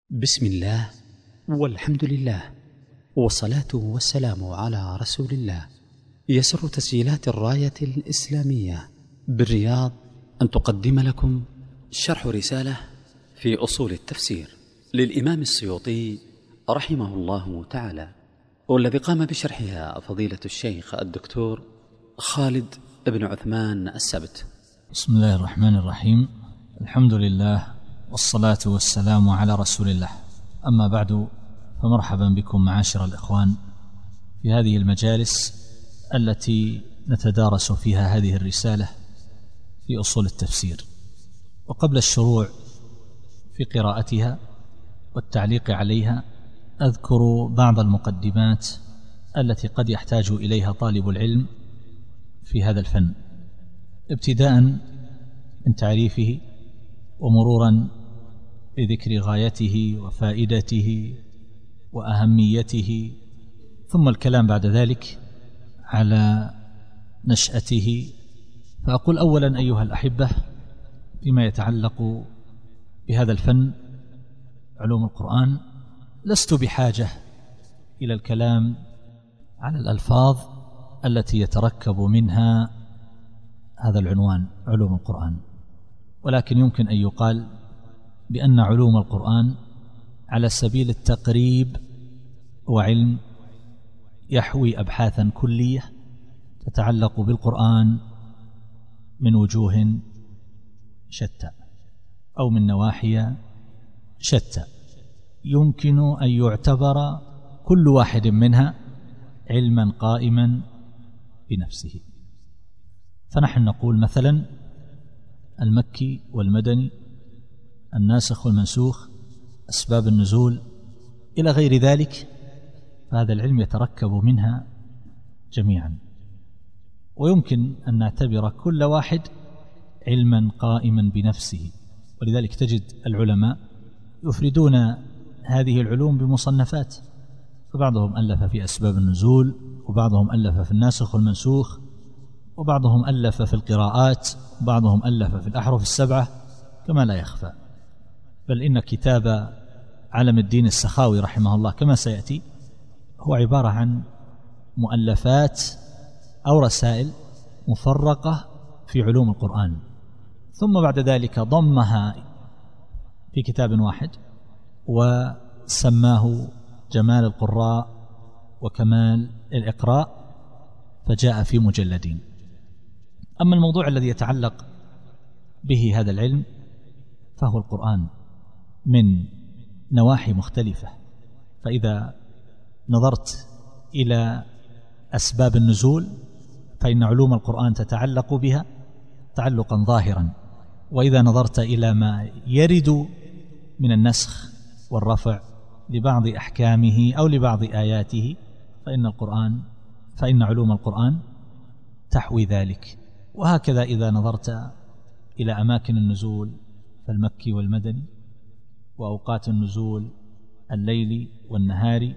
بسم الله والحمد لله والصلاة والسلام على رسول الله. يسر تسجيلات الراية الإسلامية بالرياض أن تقدم لكم شرح رسالة في أصول التفسير للإمام السيوطي رحمه الله تعالى، والذي قام بشرحها فضيلة الشيخ الدكتور خالد بن عثمان السبت. بسم الله الرحمن الرحيم. الحمد لله والصلاة والسلام على رسول الله. أما بعد، فمرحبا بكم معاشر الإخوان في هذه المجالس التي نتدارس فيها هذه الرسالة في أصول التفسير. وقبل الشروع في قراءتها والتعليق عليها أذكر بعض المقدمات التي قد يحتاج إليها طالب العلم في هذا الفن، ابتداء من تعريفه ومرورا بذكر غايته وفائدته وأهميته، ثم الكلام بعد ذلك على نشأته. فأقول أولا أيها الأحبة، فيما يتعلق بهذا الفن علوم القرآن، لست بحاجة إلى الكلام على الألفاظ التي يتركب منها هذا العنوان علوم القرآن، ولكن يمكن أن يقال بأن علوم القرآن على سبيل التقريب هو علم يحوي أبحاثا كلية تتعلق بالقرآن من وجوه شتى أو من نواحي شتى، يمكن أن يعتبر كل واحد منها علما قائما بنفسه. فنحن نقول مثلا المكي والمدني، الناسخ والمنسوخ، أسباب النزول إلى غير ذلك، فهذا العلم يتركب منها جميعا، ويمكن أن نعتبر كل واحد علما قائما بنفسه. ولذلك تجد العلماء يفردون هذه العلوم بمصنفات، فبعضهم ألف في أسباب النزول، وبعضهم ألف في الناسخ والمنسوخ، وبعضهم ألف في القراءات، وبعضهم ألف في الأحرف السبعة، كما لا يخفى. بل إن كتاب علم الدين السخاوي رحمه الله كما سيأتي هو عبارة عن مؤلفات أو رسائل مفرقة في علوم القرآن، ثم بعد ذلك ضمها في كتاب واحد وسماه جمال القراء وكمال الإقراء، فجاء في مجلدين. أما الموضوع الذي يتعلق به هذا العلم فهو القرآن من نواحي مختلفة. فإذا نظرت إلى أسباب النزول فإن علوم القرآن تتعلق بها تعلقا ظاهرا، وإذا نظرت إلى ما يرد من النسخ والرفع لبعض أحكامه أو لبعض آياته فإن علوم القرآن تحوي ذلك. وهكذا إذا نظرت إلى أماكن النزول فالمكي والمدني، وأوقات النزول الليل والنهار،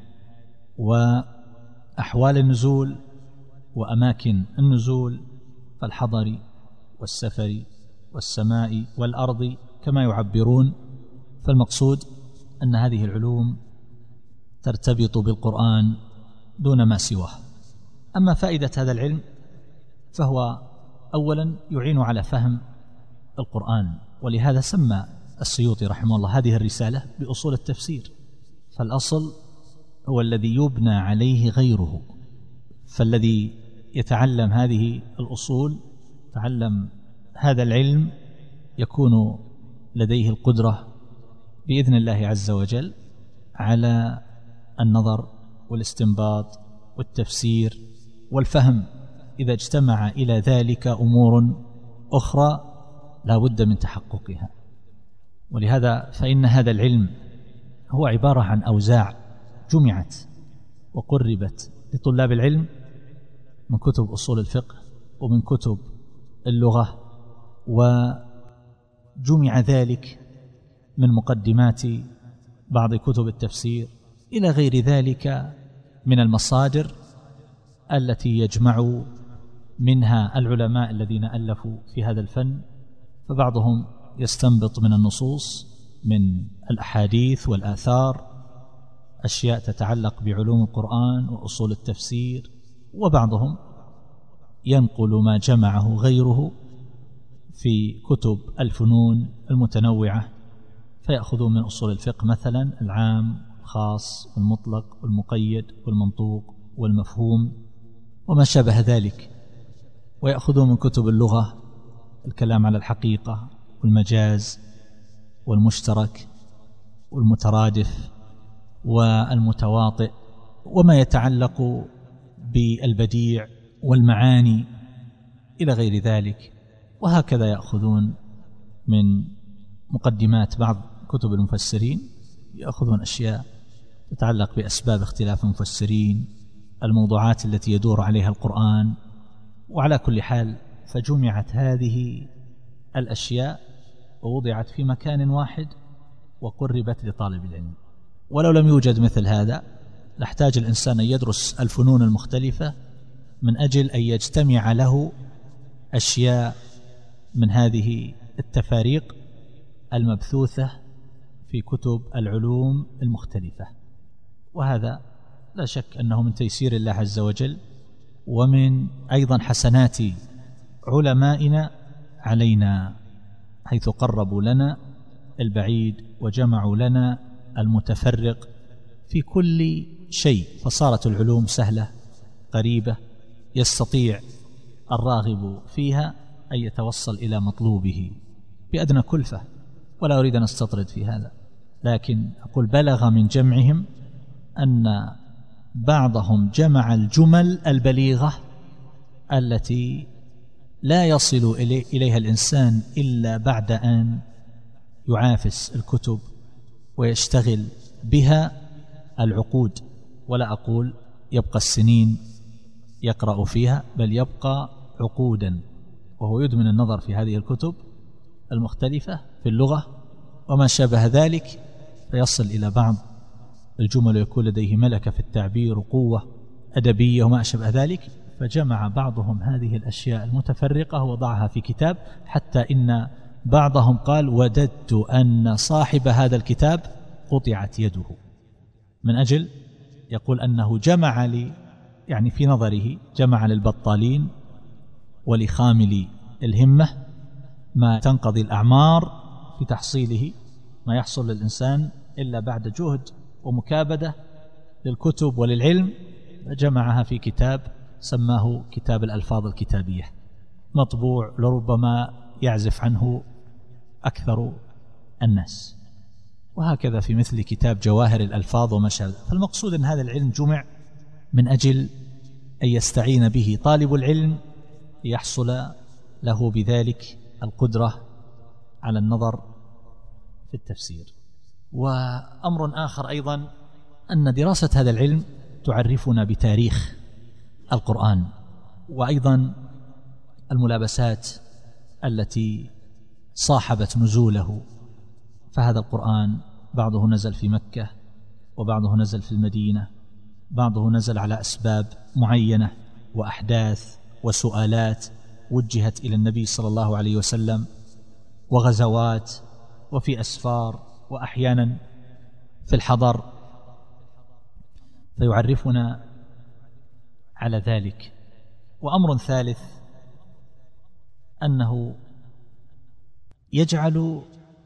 وأحوال النزول وأماكن النزول فالحضر والسفر والسماء والأرض كما يعبرون، فالمقصود أن هذه العلوم ترتبط بالقرآن دون ما سواه. أما فائدة هذا العلم فهو أولا يعين على فهم القرآن، ولهذا سمى السيوطي رحمه الله هذه الرسالة بأصول التفسير، فالأصل هو الذي يبنى عليه غيره. فالذي يتعلم هذه الأصول، تعلم هذا العلم، يكون لديه القدرة بإذن الله عز وجل على النظر والاستنباط والتفسير والفهم. إذا اجتمع إلى ذلك أمور أخرى لا بد من تحققها. ولهذا فإن هذا العلم هو عبارة عن أوزاع جمعت وقربت لطلاب العلم من كتب أصول الفقه ومن كتب اللغة، وجمع ذلك من مقدمات بعض كتب التفسير إلى غير ذلك من المصادر التي يجمع منها العلماء الذين ألفوا في هذا الفن. فبعضهم يستنبط من النصوص من الأحاديث والآثار، أشياء تتعلق بعلوم القرآن وأصول التفسير، وبعضهم ينقل ما جمعه غيره في كتب الفنون المتنوعة، فيأخذون من أصول الفقه مثلا العام الخاص والمطلق والمقيد والمنطوق والمفهوم وما شابه ذلك، ويأخذون من كتب اللغة الكلام على الحقيقة والمجاز والمشترك والمترادف والمتواطئ وما يتعلق بالبديع والمعاني إلى غير ذلك. وهكذا يأخذون من مقدمات بعض كتب المفسرين، يأخذون أشياء تتعلق بأسباب اختلاف المفسرين، الموضوعات التي يدور عليها القرآن. وعلى كل حال فجمعت هذه الأشياء ووضعت في مكان واحد وقربت لطالب العلم. ولو لم يوجد مثل هذا لاحتاج الإنسان أن يدرس الفنون المختلفة من أجل أن يجتمع له أشياء من هذه التفاريق المبثوثة في كتب العلوم المختلفة. وهذا لا شك أنه من تيسير الله عز وجل، ومن أيضا حسنات علمائنا علينا، حيث قربوا لنا البعيد وجمعوا لنا المتفرق في كل شيء، فصارت العلوم سهلة قريبة، يستطيع الراغب فيها أن يتوصل إلى مطلوبه بأدنى كلفة. ولا أريد أن أستطرد في هذا، لكن أقول بلغ من جمعهم أن بعضهم جمع الجمل البليغة التي لا يصل إليها الإنسان إلا بعد أن يعافس الكتب ويشتغل بها العقود، ولا أقول يبقى السنين يقرأ فيها، بل يبقى عقودا، وهو يدمن النظر في هذه الكتب المختلفة في اللغة وما شابه ذلك، فيصل إلى بعض الجمل ويكون لديه ملكة في التعبير وقوة أدبية وما شابه ذلك، فجمع بعضهم هذه الأشياء المتفرقة ووضعها في كتاب، حتى إن بعضهم قال وددت أن صاحب هذا الكتاب قطعت يده، من أجل يقول أنه جمع لي، يعني في نظره جمع للبطالين ولخامل الهمة ما تنقضي الأعمار في تحصيله، ما يحصل للإنسان إلا بعد جهد ومكابدة للكتب وللعلم، جمعها في كتاب سماه كتاب الألفاظ الكتابية، مطبوع لربما يعزف عنه أكثر الناس. وهكذا في مثل كتاب جواهر الألفاظ وما شابه. فالمقصود أن هذا العلم جمع من أجل أن يستعين به طالب العلم ليحصل له بذلك القدرة على النظر في التفسير. وأمر آخر أيضا أن دراسة هذا العلم تعرفنا بتاريخ القرآن، وأيضا الملابسات التي صاحبت نزوله. فهذا القرآن بعضه نزل في مكة، وبعضه نزل في المدينة، بعضه نزل على أسباب معينة وأحداث وسؤالات وجهت إلى النبي صلى الله عليه وسلم، وغزوات، وفي أسفار، وأحيانا في الحضر، فيعرفنا على ذلك. وأمر ثالث أنه يجعل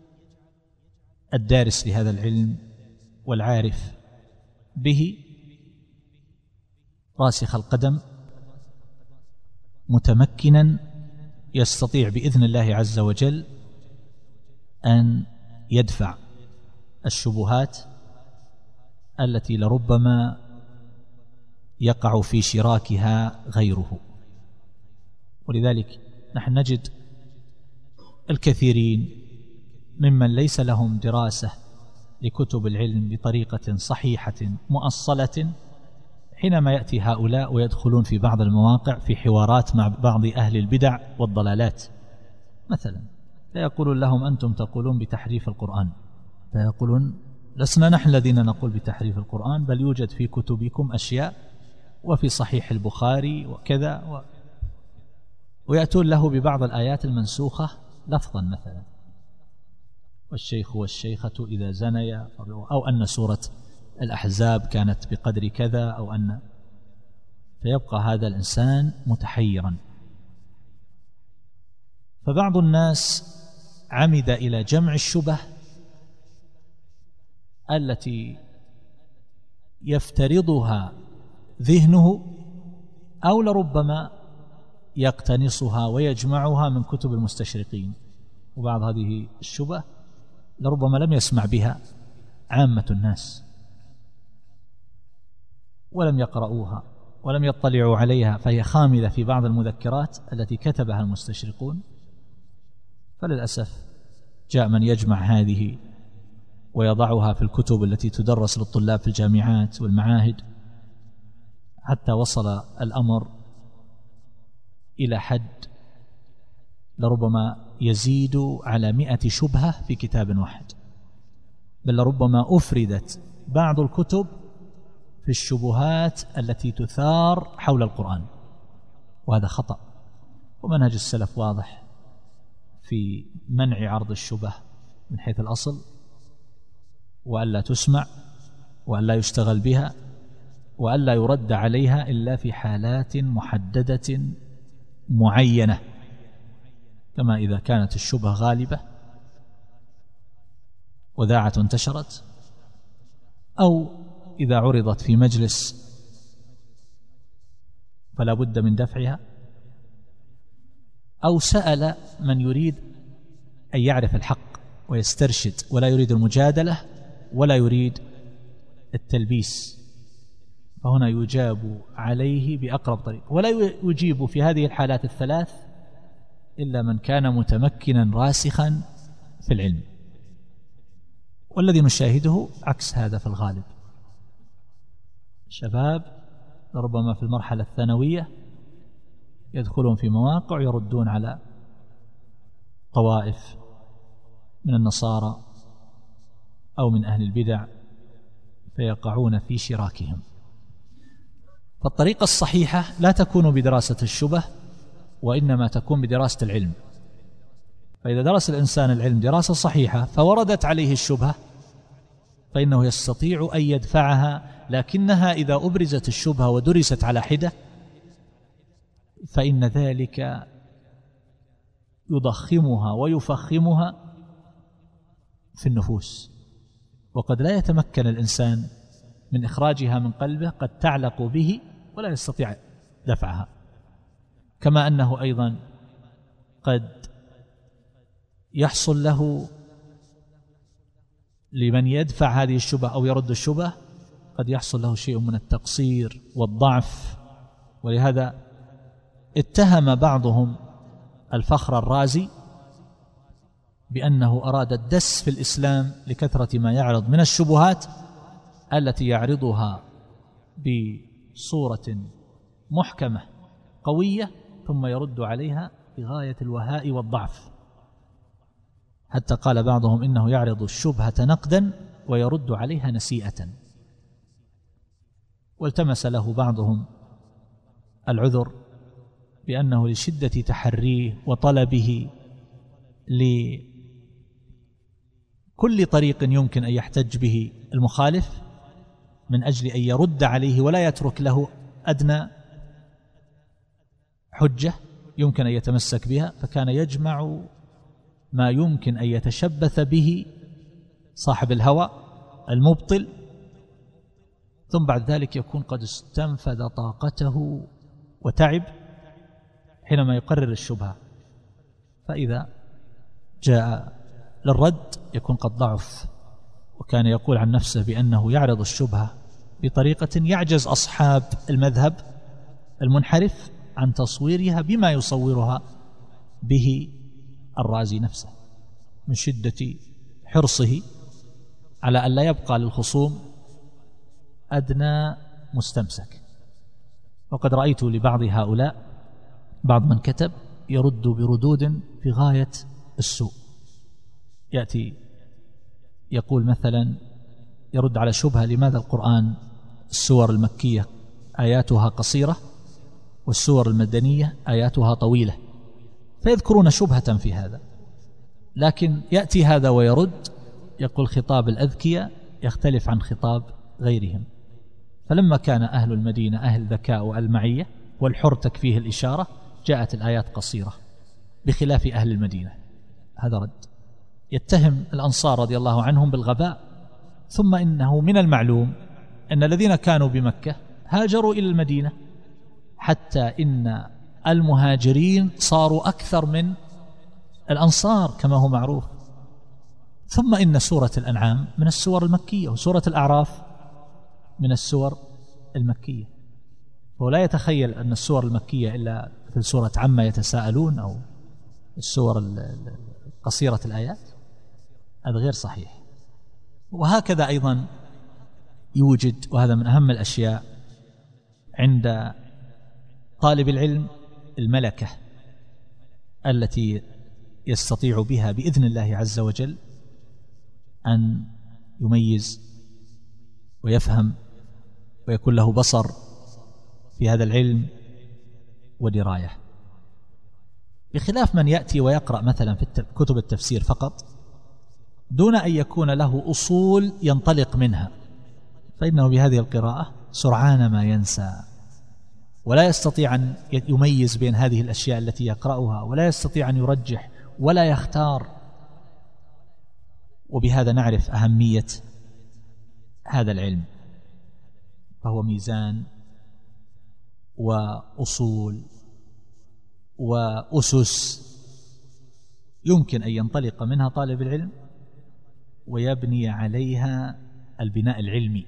الدارس لهذا العلم والعارف به راسخ القدم متمكنا، يستطيع بإذن الله عز وجل أن يدفع الشبهات التي لربما يقع في شراكها غيره. ولذلك نحن نجد الكثيرين ممن ليس لهم دراسة لكتب العلم بطريقة صحيحة مؤصلة، حينما يأتي هؤلاء ويدخلون في بعض المواقع في حوارات مع بعض أهل البدع والضلالات مثلا، فيقولون لهم أنتم تقولون بتحريف القرآن، فيقولون لسنا نحن الذين نقول بتحريف القرآن، بل يوجد في كتبكم أشياء وفي صحيح البخاري وكذا ويأتون له ببعض الآيات المنسوخة لفظا مثلا، والشيخ والشيخة إذا زنيا، أو أن سورة الأحزاب كانت بقدر كذا، أو أن، فيبقى هذا الإنسان متحيرا. فبعض الناس عمد إلى جمع الشبه التي يفترضها ذهنه، أو لربما يقتنصها ويجمعها من كتب المستشرقين. وبعض هذه الشبه لربما لم يسمع بها عامة الناس، ولم يقرؤوها ولم يطلعوا عليها، فهي خاملة في بعض المذكرات التي كتبها المستشرقون. فللأسف جاء من يجمع هذه ويضعها في الكتب التي تدرس للطلاب في الجامعات والمعاهد، حتى وصل الأمر إلى حد لربما يزيد على 100 شبهة في كتاب واحد، بل لربما أفردت بعض الكتب في الشبهات التي تثار حول القرآن، وهذا خطأ. ومنهج السلف واضح في منع عرض الشبه من حيث الأصل، وألا تسمع، وألا يشتغل بها، وألا يرد عليها إلا في حالات محددة معينة، كما إذا كانت الشبهة غالبة وذاعة انتشرت، أو إذا عرضت في مجلس فلا بد من دفعها، أو سأل من يريد أن يعرف الحق ويسترشد، ولا يريد المجادلة ولا يريد التلبيس، فهنا يجاب عليه بأقرب طريق. ولا يجيب في هذه الحالات الثلاث إلا من كان متمكنا راسخا في العلم، والذي نشاهده عكس هذا في الغالب. شباب ربما في المرحلة الثانوية يدخلون في مواقع يردون على طوائف من النصارى أو من أهل البدع، فيقعون في شراكهم. فالطريقة الصحيحة لا تكون بدراسة الشبه، وإنما تكون بدراسة العلم. فإذا درس الإنسان العلم دراسة صحيحة فوردت عليه الشبهة، فإنه يستطيع أن يدفعها، لكنها إذا أبرزت الشبهة ودرست على حدة فإن ذلك يضخمها ويفخمها في النفوس، وقد لا يتمكن الإنسان من إخراجها من قلبه، قد تعلق به ولا يستطيع دفعها. كما أنه أيضا قد يحصل له لمن يدفع هذه الشبهة أو يرد الشبهة، قد يحصل له شيء من التقصير والضعف. ولهذا اتهم بعضهم الفخر الرازي بأنه أراد الدس في الإسلام لكثرة ما يعرض من الشبهات التي يعرضها بصورة محكمة قوية، ثم يرد عليها بغاية الوهاء والضعف، حتى قال بعضهم إنه يعرض الشبهة نقدا ويرد عليها نسيئة. والتمس له بعضهم العذر بأنه لشدة تحريه وطلبه لكل طريق يمكن أن يحتج به المخالف من أجل أن يرد عليه ولا يترك له أدنى حجة يمكن أن يتمسك بها، فكان يجمع ما يمكن أن يتشبث به صاحب الهوى المبطل، ثم بعد ذلك يكون قد استنفذ طاقته وتعب حينما يقرر الشبهة، فإذا جاء للرد يكون قد ضعف. وكان يقول عن نفسه بأنه يعرض الشبهة بطريقة يعجز أصحاب المذهب المنحرف عن تصويرها بما يصورها به الرازي نفسه، من شدة حرصه على أن لا يبقى للخصوم أدنى مستمسك. وقد رأيت لبعض هؤلاء بعض من كتب يرد بردود في غاية السوء، يأتي يقول مثلا يرد على شبهة لماذا القرآن السور المكية آياتها قصيرة والسور المدنية آياتها طويلة، فيذكرون شبهة في هذا، لكن يأتي هذا ويرد، يقول خطاب الأذكياء يختلف عن خطاب غيرهم. فلما كان أهل المدينة أهل ذكاء والمعية والحر تكفيه الإشارة جاءت الآيات قصيرة بخلاف أهل المدينة. هذا رد. يتهم الأنصار رضي الله عنهم بالغباء، ثم إنه من المعلوم أن الذين كانوا بمكة هاجروا إلى المدينة، حتى إن المهاجرين صاروا أكثر من الأنصار كما هو معروف. ثم إن سورة الأنعام من السور المكية، وسورة الأعراف من السور المكية، ولا يتخيل أن السور المكية إلا في سورة عما يتساءلون أو السور قصيرة الآيات. هذا غير صحيح. وهكذا أيضا يوجد، وهذا من أهم الأشياء عند طالب العلم، الملكة التي يستطيع بها بإذن الله عز وجل أن يميز ويفهم ويكون له بصر في هذا العلم ودراية، بخلاف من يأتي ويقرأ مثلا في كتب التفسير فقط دون أن يكون له أصول ينطلق منها، فإنه بهذه القراءة سرعان ما ينسى، ولا يستطيع أن يميز بين هذه الأشياء التي يقرأها، ولا يستطيع أن يرجح ولا يختار. وبهذا نعرف أهمية هذا العلم، فهو ميزان وأصول وأسس يمكن أن ينطلق منها طالب العلم ويبني عليها البناء العلمي.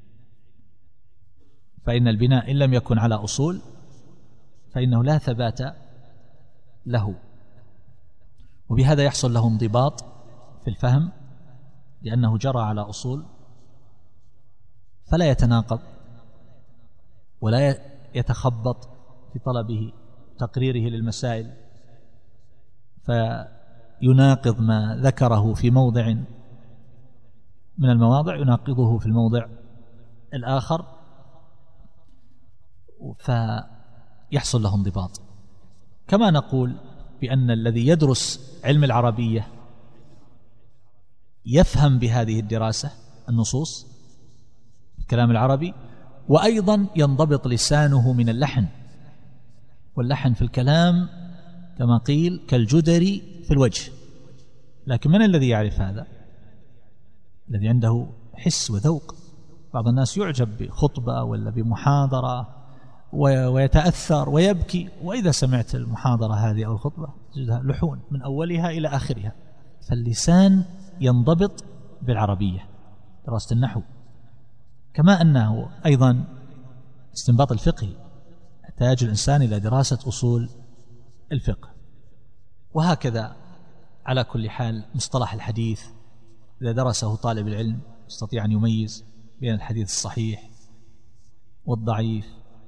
فإن البناء إن لم يكن على أصول فإنه لا ثبات له، وبهذا يحصل له انضباط في الفهم لأنه جرى على أصول، فلا يتناقض ولا يتخبط في طلبه تقريره للمسائل فيناقض ما ذكره في موضع من المواضع يناقضه في الموضع الآخر، فيحصل له انضباط. كما نقول بأن الذي يدرس علم العربية يفهم بهذه الدراسة النصوص الكلام العربي، وأيضا ينضبط لسانه من اللحن، واللحن في الكلام كما قيل كالجدر في الوجه. لكن من الذي يعرف هذا؟ الذي عنده حس وذوق. بعض الناس يعجب بخطبة ولا بمحاضرة ويتأثر ويبكي، وإذا سمعت المحاضرة هذه أو الخطبة تجدها لحون من أولها إلى آخرها. فاللسان ينضبط بالعربية، دراسة النحو، كما أنه أيضا استنباط الفقه يحتاج الإنسان إلى دراسة أصول الفقه. وهكذا على كل حال مصطلح الحديث إذا درسه طالب العلم يستطيع أن يميز بين الحديث الصحيح والضعيف،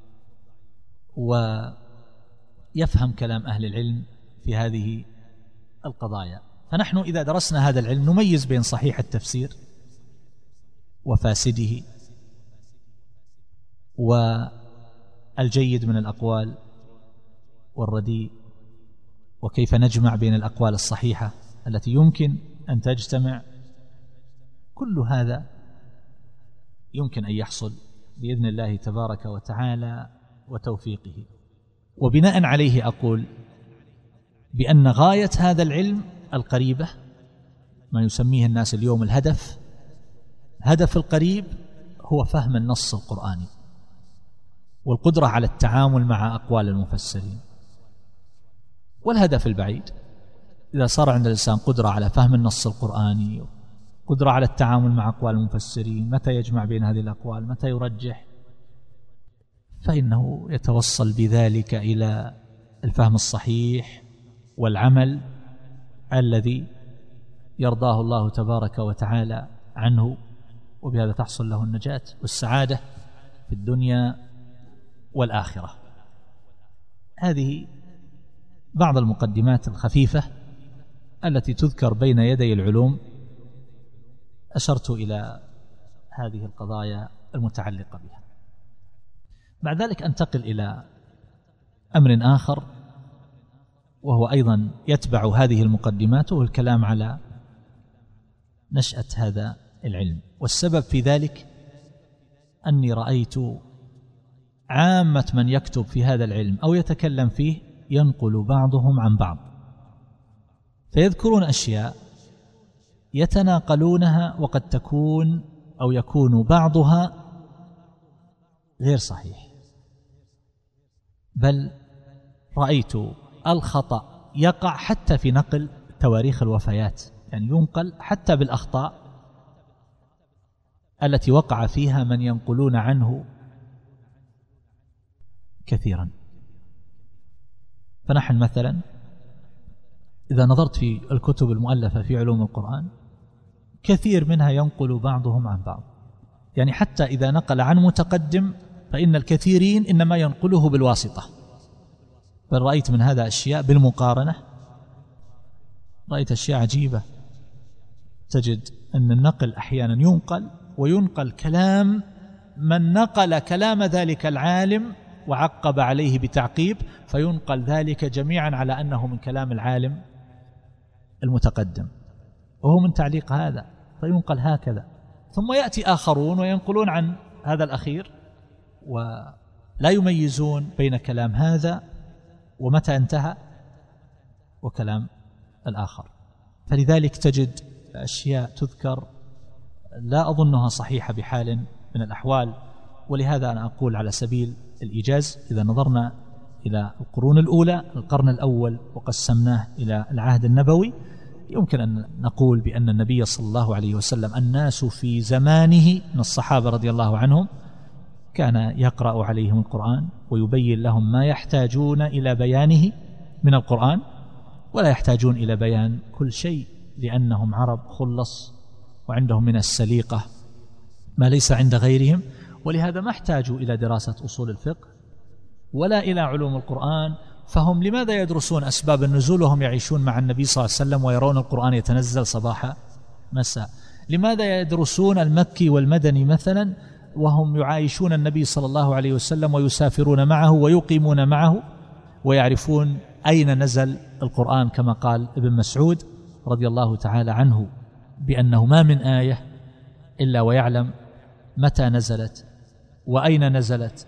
ويفهم كلام أهل العلم في هذه القضايا. فنحن إذا درسنا هذا العلم نميز بين صحيح التفسير وفاسده والجيد من الأقوال والرديء، وكيف نجمع بين الأقوال الصحيحة التي يمكن أن تجتمع. كل هذا يمكن أن يحصل بإذن الله تبارك وتعالى وتوفيقه. وبناء عليه أقول بأن غاية هذا العلم القريبة، ما يسميه الناس اليوم الهدف، هدف القريب هو فهم النص القرآني والقدرة على التعامل مع أقوال المفسرين. والهدف البعيد إذا صار عند الإنسان قدرة على فهم النص القرآني، قدرة على التعامل مع أقوال المفسرين، متى يجمع بين هذه الأقوال، متى يرجح، فإنه يتوصل بذلك إلى الفهم الصحيح والعمل الذي يرضاه الله تبارك وتعالى عنه، وبهذا تحصل له النجاة والسعادة في الدنيا والآخرة. هذه بعض المقدمات الخفيفة التي تذكر بين يدي العلوم. أشرت إلى هذه القضايا المتعلقة بها. بعد ذلك أنتقل إلى أمر آخر وهو أيضا يتبع هذه المقدمات، وهو الكلام على نشأة هذا العلم. والسبب في ذلك أني رأيت عامة من يكتب في هذا العلم أو يتكلم فيه ينقل بعضهم عن بعض، فيذكرون أشياء يتناقلونها، وقد تكون أو يكون بعضها غير صحيح. بل رأيت الخطأ يقع حتى في نقل تواريخ الوفيات، يعني ينقل حتى بالأخطاء التي وقع فيها من ينقلون عنه كثيرا. فنحن مثلا إذا نظرت في الكتب المؤلفة في علوم القرآن كثير منها ينقل بعضهم عن بعض، يعني حتى إذا نقل عن متقدم فإن الكثيرين إنما ينقله بالواسطة. بل رأيت من هذا أشياء بالمقارنة، رأيت أشياء عجيبة. تجد أن النقل أحيانا ينقل، وينقل كلام من نقل كلام ذلك العالم وعقب عليه بتعقيب، فينقل ذلك جميعا على أنه من كلام العالم المتقدم، وهو من تعليق هذا، فينقل هكذا. ثم يأتي آخرون وينقلون عن هذا الأخير، ولا يميزون بين كلام هذا ومتى انتهى وكلام الآخر. فلذلك تجد أشياء تذكر لا أظنها صحيحة بحال من الأحوال. ولهذا أنا أقول على سبيل الإيجاز، إذا نظرنا إلى القرون الأولى، القرن الأول وقسمناه إلى العهد النبوي، يمكن أن نقول بأن النبي صلى الله عليه وسلم الناس في زمانه من الصحابة رضي الله عنهم كان يقرأ عليهم القرآن ويبين لهم ما يحتاجون إلى بيانه من القرآن، ولا يحتاجون إلى بيان كل شيء، لأنهم عرب خلص وعندهم من السليقة ما ليس عند غيرهم. ولهذا ما احتاجوا إلى دراسة أصول الفقه ولا إلى علوم القرآن. فهم لماذا يدرسون أسباب النزول وهم يعيشون مع النبي صلى الله عليه وسلم ويرون القرآن يتنزل صباح مساء؟ لماذا يدرسون المكي والمدني مثلا وهم يعايشون النبي صلى الله عليه وسلم ويسافرون معه ويقيمون معه ويعرفون أين نزل القرآن، كما قال ابن مسعود رضي الله تعالى عنه بأنه ما من آية إلا ويعلم متى نزلت وأين نزلت،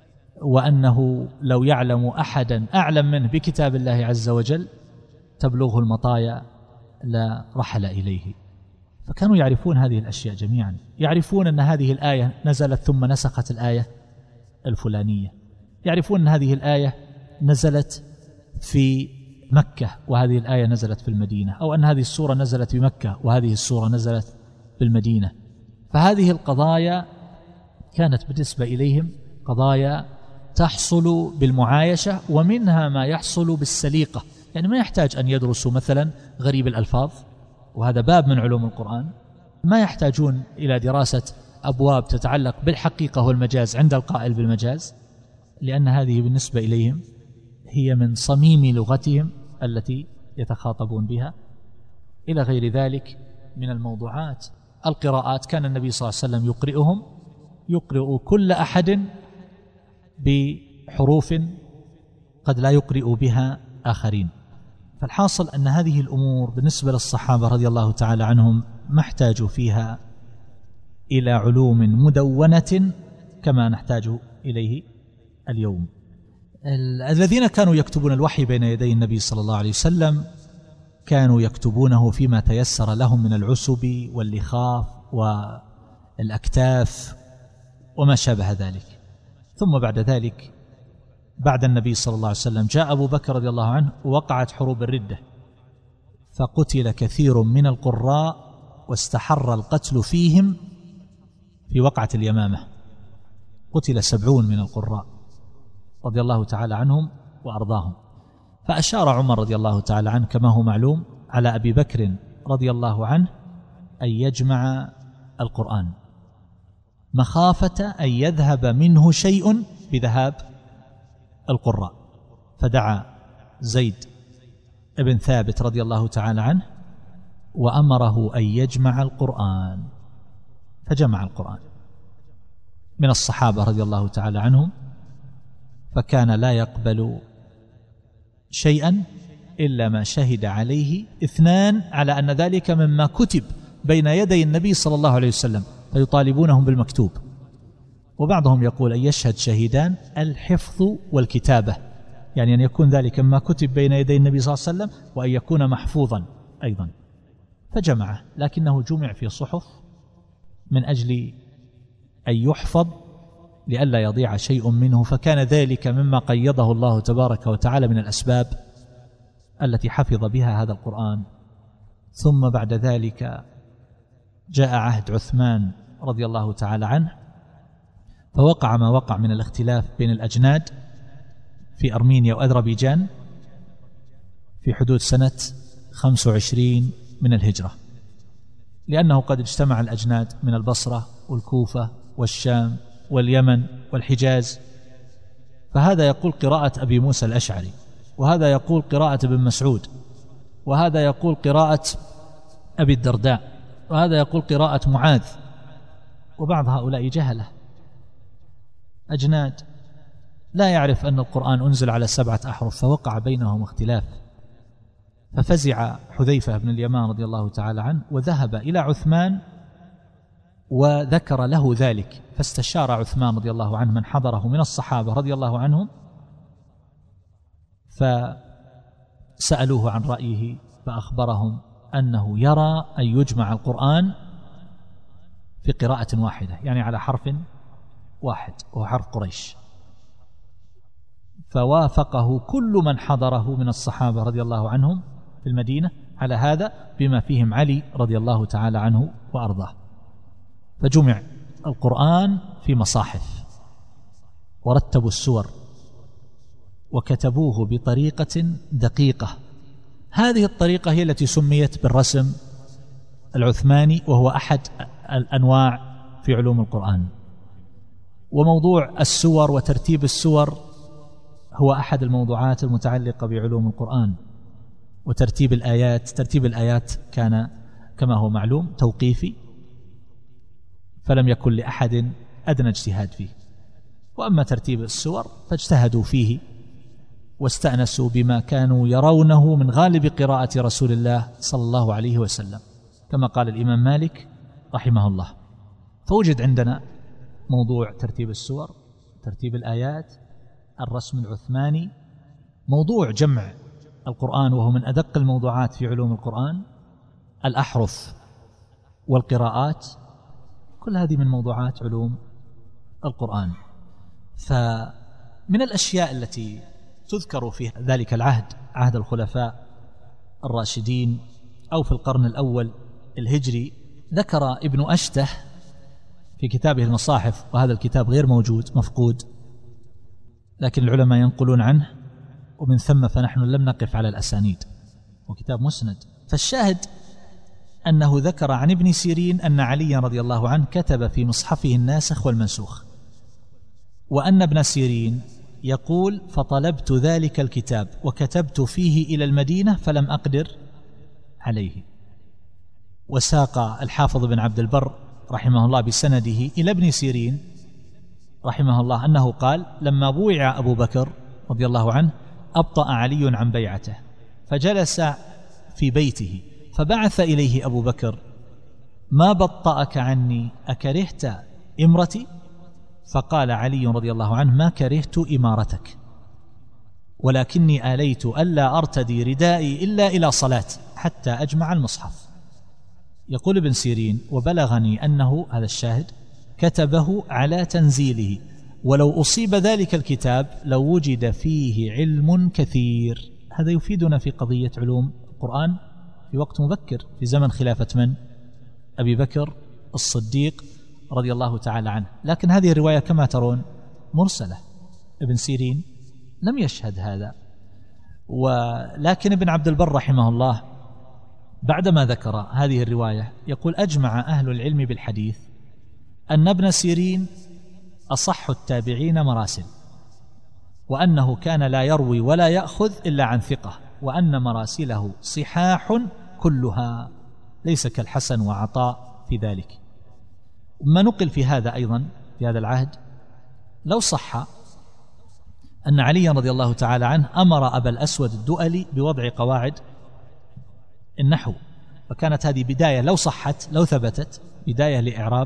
وأنه لو يعلم أحدا أعلم منه بكتاب الله عز وجل تبلغه المطايا لا رحل إليه. فكانوا يعرفون هذه الأشياء جميعا، يعرفون أن هذه الآية نزلت ثم نسخت الآية الفلانية، يعرفون أن هذه الآية نزلت في مكة وهذه الآية نزلت في المدينة، أو أن هذه السورة نزلت بمكة وهذه السورة نزلت في المدينة. فهذه القضايا كانت بالنسبة إليهم قضايا تحصل بالمعايشة، ومنها ما يحصل بالسليقة. يعني ما يحتاج أن يدرسوا مثلا غريب الألفاظ، وهذا باب من علوم القرآن، ما يحتاجون إلى دراسة أبواب تتعلق بالحقيقة والمجاز عند القائل بالمجاز، لأن هذه بالنسبة إليهم هي من صميم لغتهم التي يتخاطبون بها. إلى غير ذلك من الموضوعات. القراءات كان النبي صلى الله عليه وسلم يقرئهم، يقرئ كل أحد بحروف قد لا يقرئ بها آخرين. فالحاصل أن هذه الأمور بالنسبة للصحابة رضي الله تعالى عنهم ما احتاجوا فيها إلى علوم مدونة كما نحتاج إليه اليوم. الذين كانوا يكتبون الوحي بين يدي النبي صلى الله عليه وسلم كانوا يكتبونه فيما تيسر لهم من العسب واللخاف والأكتاف وما شابه ذلك. ثم بعد ذلك بعد النبي صلى الله عليه وسلم جاء أبو بكر رضي الله عنه ووقعت حروب الردة، فقتل كثير من القراء واستحر القتل فيهم في وقعة اليمامة، قتل 70 من القراء رضي الله تعالى عنهم وأرضاهم. فأشار عمر رضي الله تعالى عنه كما هو معلوم على أبي بكر رضي الله عنه أن يجمع القرآن مخافة أن يذهب منه شيء بذهاب القراء، فدعا زيد بن ثابت رضي الله تعالى عنه وأمره أن يجمع القرآن، فجمع القرآن من الصحابة رضي الله تعالى عنهم، فكان لا يقبل شيئا إلا ما شهد عليه اثنان على أن ذلك مما كتب بين يدي النبي صلى الله عليه وسلم فيطالبونهم بالمكتوب. وبعضهم يقول أن يشهد شهيدان الحفظ والكتابة، يعني أن يكون ذلك مما كتب بين يدي النبي صلى الله عليه وسلم وأن يكون محفوظا أيضا، فجمعه، لكنه جمع في صحف من أجل أن يحفظ لئلا يضيع شيء منه، فكان ذلك مما قيضه الله تبارك وتعالى من الأسباب التي حفظ بها هذا القرآن. ثم بعد ذلك جاء عهد عثمان رضي الله تعالى عنه، فوقع ما وقع من الاختلاف بين الأجناد في أرمينيا وأذربيجان في حدود سنة 25 من الهجرة، لأنه قد اجتمع الأجناد من البصرة والكوفة والشام واليمن والحجاز، فهذا يقول قراءة أبي موسى الأشعري، وهذا يقول قراءة ابن مسعود، وهذا يقول قراءة أبي الدرداء، وهذا يقول قراءة معاذ، وبعض هؤلاء جهلة أجناد لا يعرف أن القرآن أنزل على 7 أحرف، فوقع بينهم اختلاف، ففزع حذيفة بن اليمان رضي الله تعالى عنه وذهب إلى عثمان وذكر له ذلك، فاستشار عثمان رضي الله عنه من حضره من الصحابة رضي الله عنهم، فسألوه عن رأيه فأخبرهم أنه يرى أن يجمع القرآن في قراءة واحدة، يعني على حرف واحد وهو حرف قريش، فوافقه كل من حضره من الصحابة رضي الله عنهم في المدينة على هذا، بما فيهم علي رضي الله تعالى عنه وأرضاه، فجمع القرآن في مصاحف ورتبوا السور وكتبوه بطريقة دقيقة. هذه الطريقة هي التي سميت بالرسم العثماني، وهو أحد الأنواع في علوم القرآن. وموضوع السور وترتيب السور هو أحد الموضوعات المتعلقة بعلوم القرآن، وترتيب الآيات. ترتيب الآيات كان كما هو معلوم توقيفي، فلم يكن لأحد أدنى اجتهاد فيه، وأما ترتيب السور فاجتهدوا فيه واستأنسوا بما كانوا يرونه من غالب قراءة رسول الله صلى الله عليه وسلم، كما قال الإمام مالك رحمه الله. فوجد عندنا موضوع ترتيب السور، ترتيب الآيات، الرسم العثماني، موضوع جمع القرآن وهو من أدق الموضوعات في علوم القرآن، الأحرف والقراءات، كل هذه من موضوعات علوم القرآن. فمن الأشياء التي تذكر في ذلك العهد، عهد الخلفاء الراشدين أو في القرن الأول الهجري، ذكر ابن أشته في كتابه المصاحف، وهذا الكتاب غير موجود مفقود، لكن العلماء ينقلون عنه، ومن ثم فنحن لم نقف على الأسانيد، وكتاب مسند. فالشاهد أنه ذكر عن ابن سيرين أن علي رضي الله عنه كتب في مصحفه الناسخ والمنسوخ، وأن ابن سيرين يقول: فطلبت ذلك الكتاب وكتبت فيه إلى المدينة فلم أقدر عليه. وساق الحافظ بن عبد البر رحمه الله بسنده إلى ابن سيرين رحمه الله أنه قال: لما بويع أبو بكر رضي الله عنه أبطأ علي عن بيعته، فجلس في بيته، فبعث إليه أبو بكر: ما بطأك عني، أكرهت إمرتي؟ فقال علي رضي الله عنه: ما كرهت إمارتك، ولكني آليت ألا أرتدي ردائي إلا إلى صلاة حتى أجمع المصحف. يقول ابن سيرين: وبلغني أنه، هذا الشاهد، كتبه على تنزيله، ولو أصيب ذلك الكتاب لو وجد فيه علم كثير. هذا يفيدنا في قضية علوم القرآن في وقت مبكر، في زمن خلافة من؟ أبي بكر الصديق رضي الله تعالى عنه. لكن هذه الرواية كما ترون مرسلة، ابن سيرين لم يشهد هذا. ولكن ابن عبد البر رحمه الله بعدما ذكر هذه الرواية يقول: أجمع أهل العلم بالحديث أن ابن سيرين أصح التابعين مراسل، وأنه كان لا يروي ولا يأخذ إلا عن ثقة، وأن مراسله صحاح كلها، ليس كالحسن وعطاء في ذلك. ما نقل في هذا أيضا في هذا العهد: لو صح أن عليا رضي الله تعالى عنه أمر أبا الأسود الدؤلي بوضع قواعد النحو، فكانت هذه بداية لو صحت لو ثبتت بداية لإعراب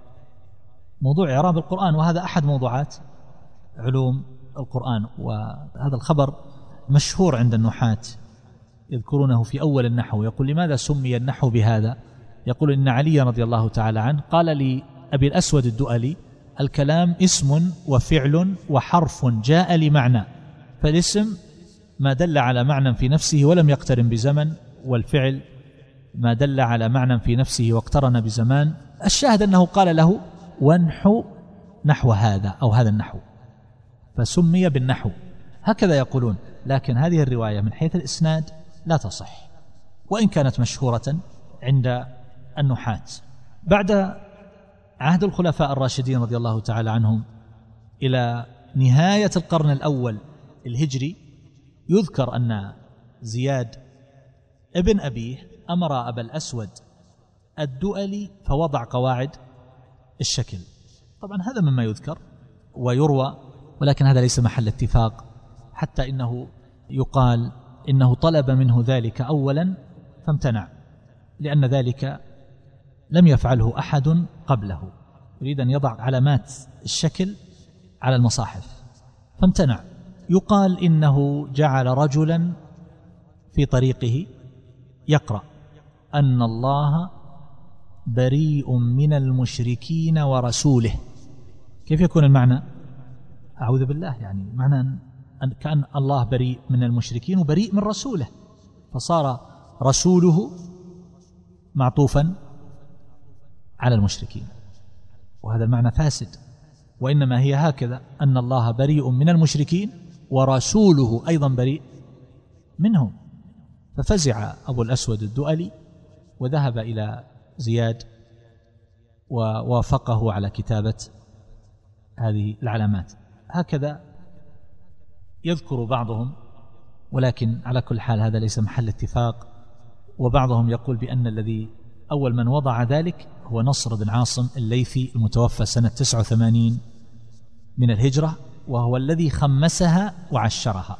موضوع إعراب القرآن، وهذا أحد موضوعات علوم القرآن. وهذا الخبر مشهور عند النحاة يذكرونه في أول النحو، يقول لماذا سمي النحو بهذا؟ يقول إن علي رضي الله تعالى عنه قال لأبي الأسود الدؤلي: الكلام اسم وفعل وحرف جاء لمعنى، فالاسم ما دل على معنى في نفسه ولم يقترن بزمن، والفعل ما دل على معنى في نفسه واقترن بزمان. الشاهد أنه قال له: وانحو نحو هذا أو هذا النحو، فسمي بالنحو. هكذا يقولون، لكن هذه الرواية من حيث الإسناد لا تصح، وإن كانت مشهورة عند النحاة. بعد عهد الخلفاء الراشدين رضي الله تعالى عنهم إلى نهاية القرن الأول الهجري، يذكر أن زياد ابن أبيه أمر أبا الأسود الدؤلي فوضع قواعد الشكل. طبعا هذا مما يذكر ويروى، ولكن هذا ليس محل اتفاق، حتى إنه يقال إنه طلب منه ذلك أولا فامتنع، لأن ذلك لم يفعله أحد قبله، يريد أن يضع علامات الشكل على المصاحف فامتنع. يقال إنه جعل رجلا في طريقه يقرأ: أن الله بريء من المشركين ورسوله. كيف يكون المعنى؟ أعوذ بالله، يعني معنى أن كأن الله بريء من المشركين وبريء من رسوله، فصار رسوله معطوفا على المشركين، وهذا المعنى فاسد. وإنما هي هكذا: أن الله بريء من المشركين ورسوله أيضا بريء منهم. ففزع أبو الأسود الدؤلي وذهب إلى زياد ووافقه على كتابة هذه العلامات. هكذا يذكر بعضهم، ولكن على كل حال هذا ليس محل اتفاق. وبعضهم يقول بأن الذي أول من وضع ذلك هو نصر بن عاصم الليثي المتوفى سنة 89 من الهجرة، وهو الذي خمسها وعشرها.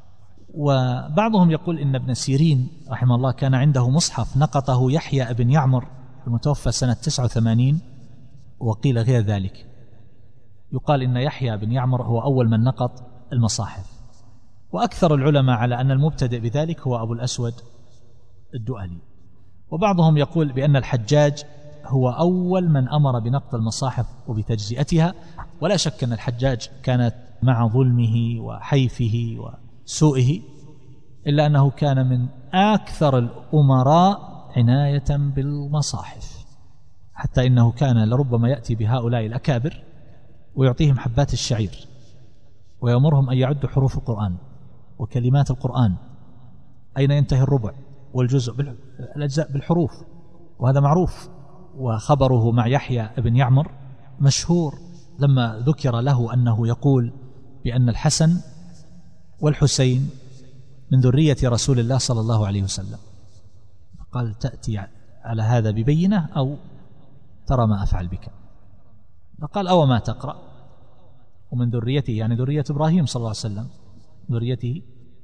وبعضهم يقول إن ابن سيرين رحمه الله كان عنده مصحف نقطه يحيى بن يعمر المتوفى سنة 89، وقيل غير ذلك. يقال إن يحيى بن يعمر هو أول من نقط المصاحف، وأكثر العلماء على أن المبتدئ بذلك هو أبو الأسود الدؤلي. وبعضهم يقول بأن الحجاج هو أول من أمر بنقط المصاحف وبتجزئتها، ولا شك أن الحجاج كانت مع ظلمه وحيفه وسوءه، إلا أنه كان من أكثر الأمراء عناية بالمصاحف، حتى إنه كان لربما يأتي بهؤلاء الأكابر ويعطيهم حبات الشعير ويأمرهم أن يعدوا حروف القرآن وكلمات القرآن، أين ينتهي الربع والجزء الأجزاء بالحروف، وهذا معروف. وخبره مع يحيى بن يعمر مشهور، لما ذكر له أنه يقول بأن الحسن والحسين من ذرية رسول الله صلى الله عليه وسلم، قال: تأتي على هذا ببينة أو ترى ما أفعل بك. فقال: أو ما تقرأ؟ ومن ذريته يعني ذرية إبراهيم صلى الله عليه وسلم، ذريته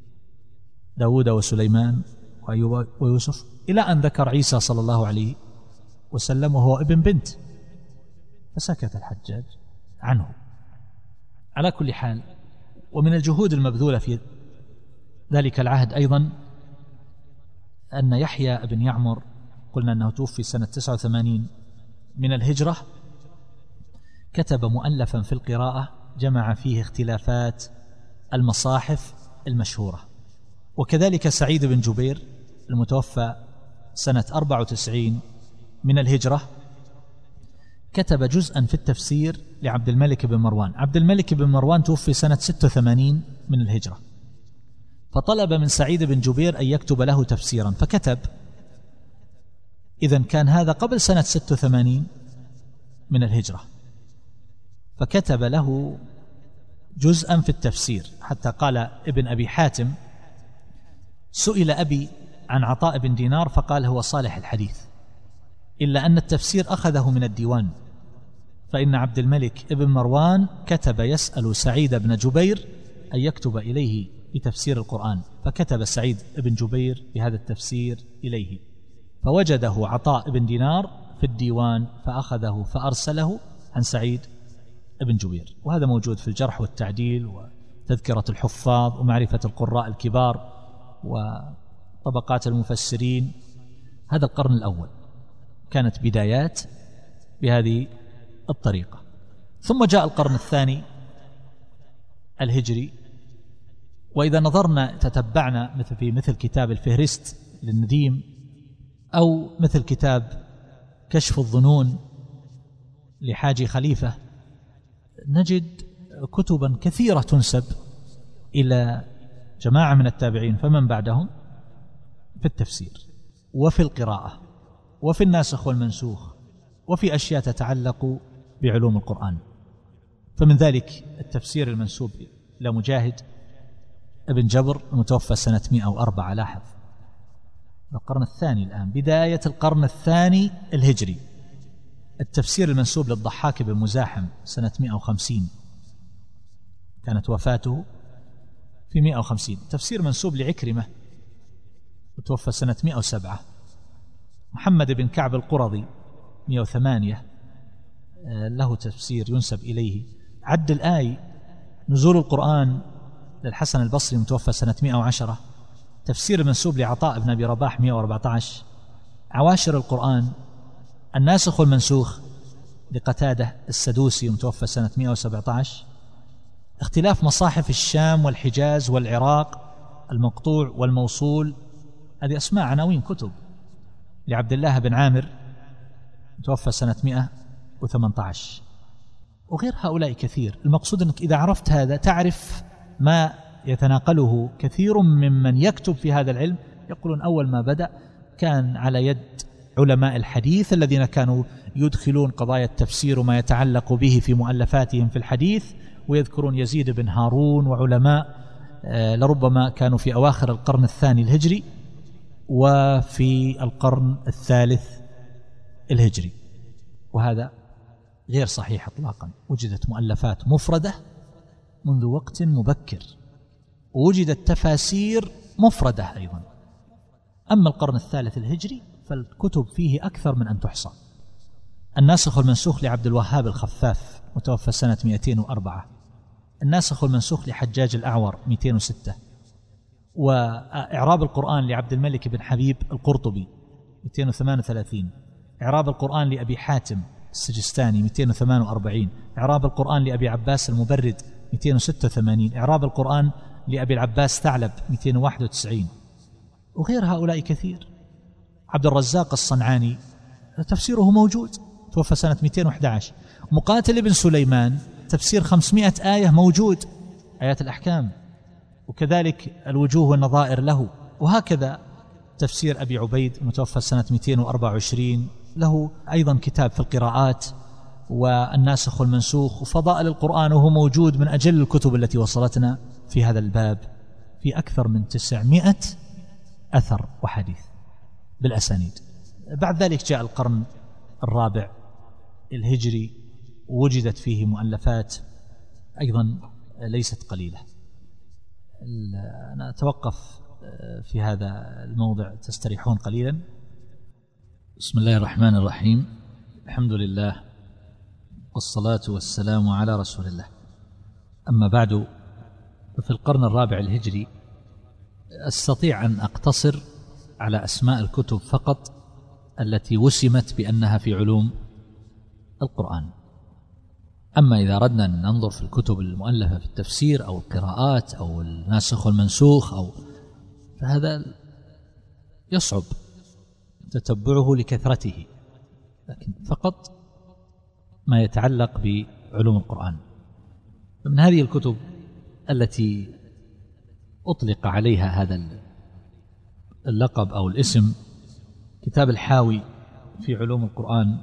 داود وسليمان وأيوب ويوسف، إلى أن ذكر عيسى صلى الله عليه وسلم وهو ابن بنت، فسكت الحجاج عنه. على كل حال، ومن الجهود المبذولة في ذلك العهد أيضا أن يحيى بن يعمر قلنا أنه توفي سنة 89 من الهجرة، كتب مؤلفا في القراءة جمع فيه اختلافات المصاحف المشهورة. وكذلك سعيد بن جبير المتوفى سنة 94 من الهجرة كتب جزءا في التفسير لعبد الملك بن مروان. عبد الملك بن مروان توفي سنة 86 من الهجرة، فطلب من سعيد بن جبير أن يكتب له تفسيرا، فكتب. إذن كان هذا قبل سنة 86 من الهجرة، فكتب له جزءا في التفسير، حتى قال ابن أبي حاتم: سئل أبي عن عطاء بن دينار فقال: هو صالح الحديث، إلا أن التفسير أخذه من الديوان، فإن عبد الملك ابن مروان كتب يسأل سعيد بن جبير أن يكتب إليه بتفسير القرآن، فكتب سعيد بن جبير بهذا التفسير إليه، فوجده عطاء بن دينار في الديوان فأخذه فأرسله عن سعيد بن جبير. وهذا موجود في الجرح والتعديل وتذكرة الحفاظ ومعرفة القراء الكبار وطبقات المفسرين. هذا القرن الأول كانت بدايات بهذه الطريقة. ثم جاء القرن الثاني الهجري، وإذا نظرنا تتبعنا مثل كتاب الفهرست للنديم أو مثل كتاب كشف الظنون لحاجي خليفة، نجد كتبا كثيرة تنسب إلى جماعة من التابعين فمن بعدهم في التفسير وفي القراءة وفي الناسخ والمنسوخ وفي أشياء تتعلق بعلوم القرآن. فمن ذلك التفسير المنسوب إلى مجاهد ابن جبر المتوفى سنة 104. لاحظ القرن الثاني الآن، بداية القرن الثاني الهجري. التفسير المنسوب للضحاك بن مزاحم سنة 150 كانت وفاته في 150. تفسير منسوب لعكرمة متوفى سنة 107. محمد بن كعب القرظي 108 له تفسير ينسب إليه. عد الآي نزول القرآن للحسن البصري متوفى سنة 110. تفسير منسوب لعطاء بن أبي رباح 114. عواشر القرآن الناسخ والمنسوخ لقتادة السدوسي متوفى سنة 117. اختلاف مصاحف الشام والحجاز والعراق المقطوع والموصول، هذه أسماء عناوين كتب لعبد الله بن عامر متوفى سنة 118، وغير هؤلاء كثير. المقصود أنك إذا عرفت هذا تعرف ما يتناقله كثير ممن يكتب في هذا العلم. يقولون أول ما بدأ كان على يد علماء الحديث الذين كانوا يدخلون قضايا التفسير وما يتعلق به في مؤلفاتهم في الحديث، ويذكرون يزيد بن هارون وعلماء لربما كانوا في أواخر القرن الثاني الهجري وفي القرن الثالث الهجري، وهذا غير صحيح اطلاقا. وجدت مؤلفات مفردة منذ وقت مبكر، ووجدت تفاسير مفردة أيضا. أما القرن الثالث الهجري فالكتب فيه أكثر من أن تحصى. الناسخ والمنسوخ لعبد الوهاب الخفاف متوفى سنة 204. الناسخ والمنسوخ لحجاج الأعور 206. وإعراب القرآن لعبد الملك بن حبيب القرطبي 238. إعراب القرآن لأبي حاتم السجستاني 248. إعراب القرآن لأبي عباس المبرد 286. إعراب القرآن لأبي العباس ثعلب 291، وغير هؤلاء كثير. عبد الرزاق الصنعاني تفسيره موجود توفى سنة 211. مقاتل بن سليمان تفسير 500 آية موجود، آيات الأحكام، وكذلك الوجوه والنظائر له. وهكذا تفسير أبي عبيد متوفى سنة 224 له أيضا كتاب في القراءات والناسخ والمنسوخ وفضائل القرآن، وهو موجود من أجل الكتب التي وصلتنا في هذا الباب، في أكثر من 900 أثر وحديث بالأسانيد. بعد ذلك جاء القرن الرابع الهجري، ووجدت فيه مؤلفات أيضا ليست قليلة. أنا أتوقف في هذا الموضع تستريحون قليلا. بسم الله الرحمن الرحيم، الحمد لله والصلاة والسلام على رسول الله. أما بعد، في القرن الرابع الهجري أستطيع أن أقتصر على أسماء الكتب فقط التي وسمت بأنها في علوم القرآن. أما إذا أردنا أن ننظر في الكتب المؤلفة في التفسير أو القراءات أو الناسخ والمنسوخ فهذا يصعب تتبعه لكثرته، لكن فقط ما يتعلق بعلوم القرآن. فمن هذه الكتب التي أطلق عليها هذا اللقب أو الاسم كتاب الحاوي في علوم القرآن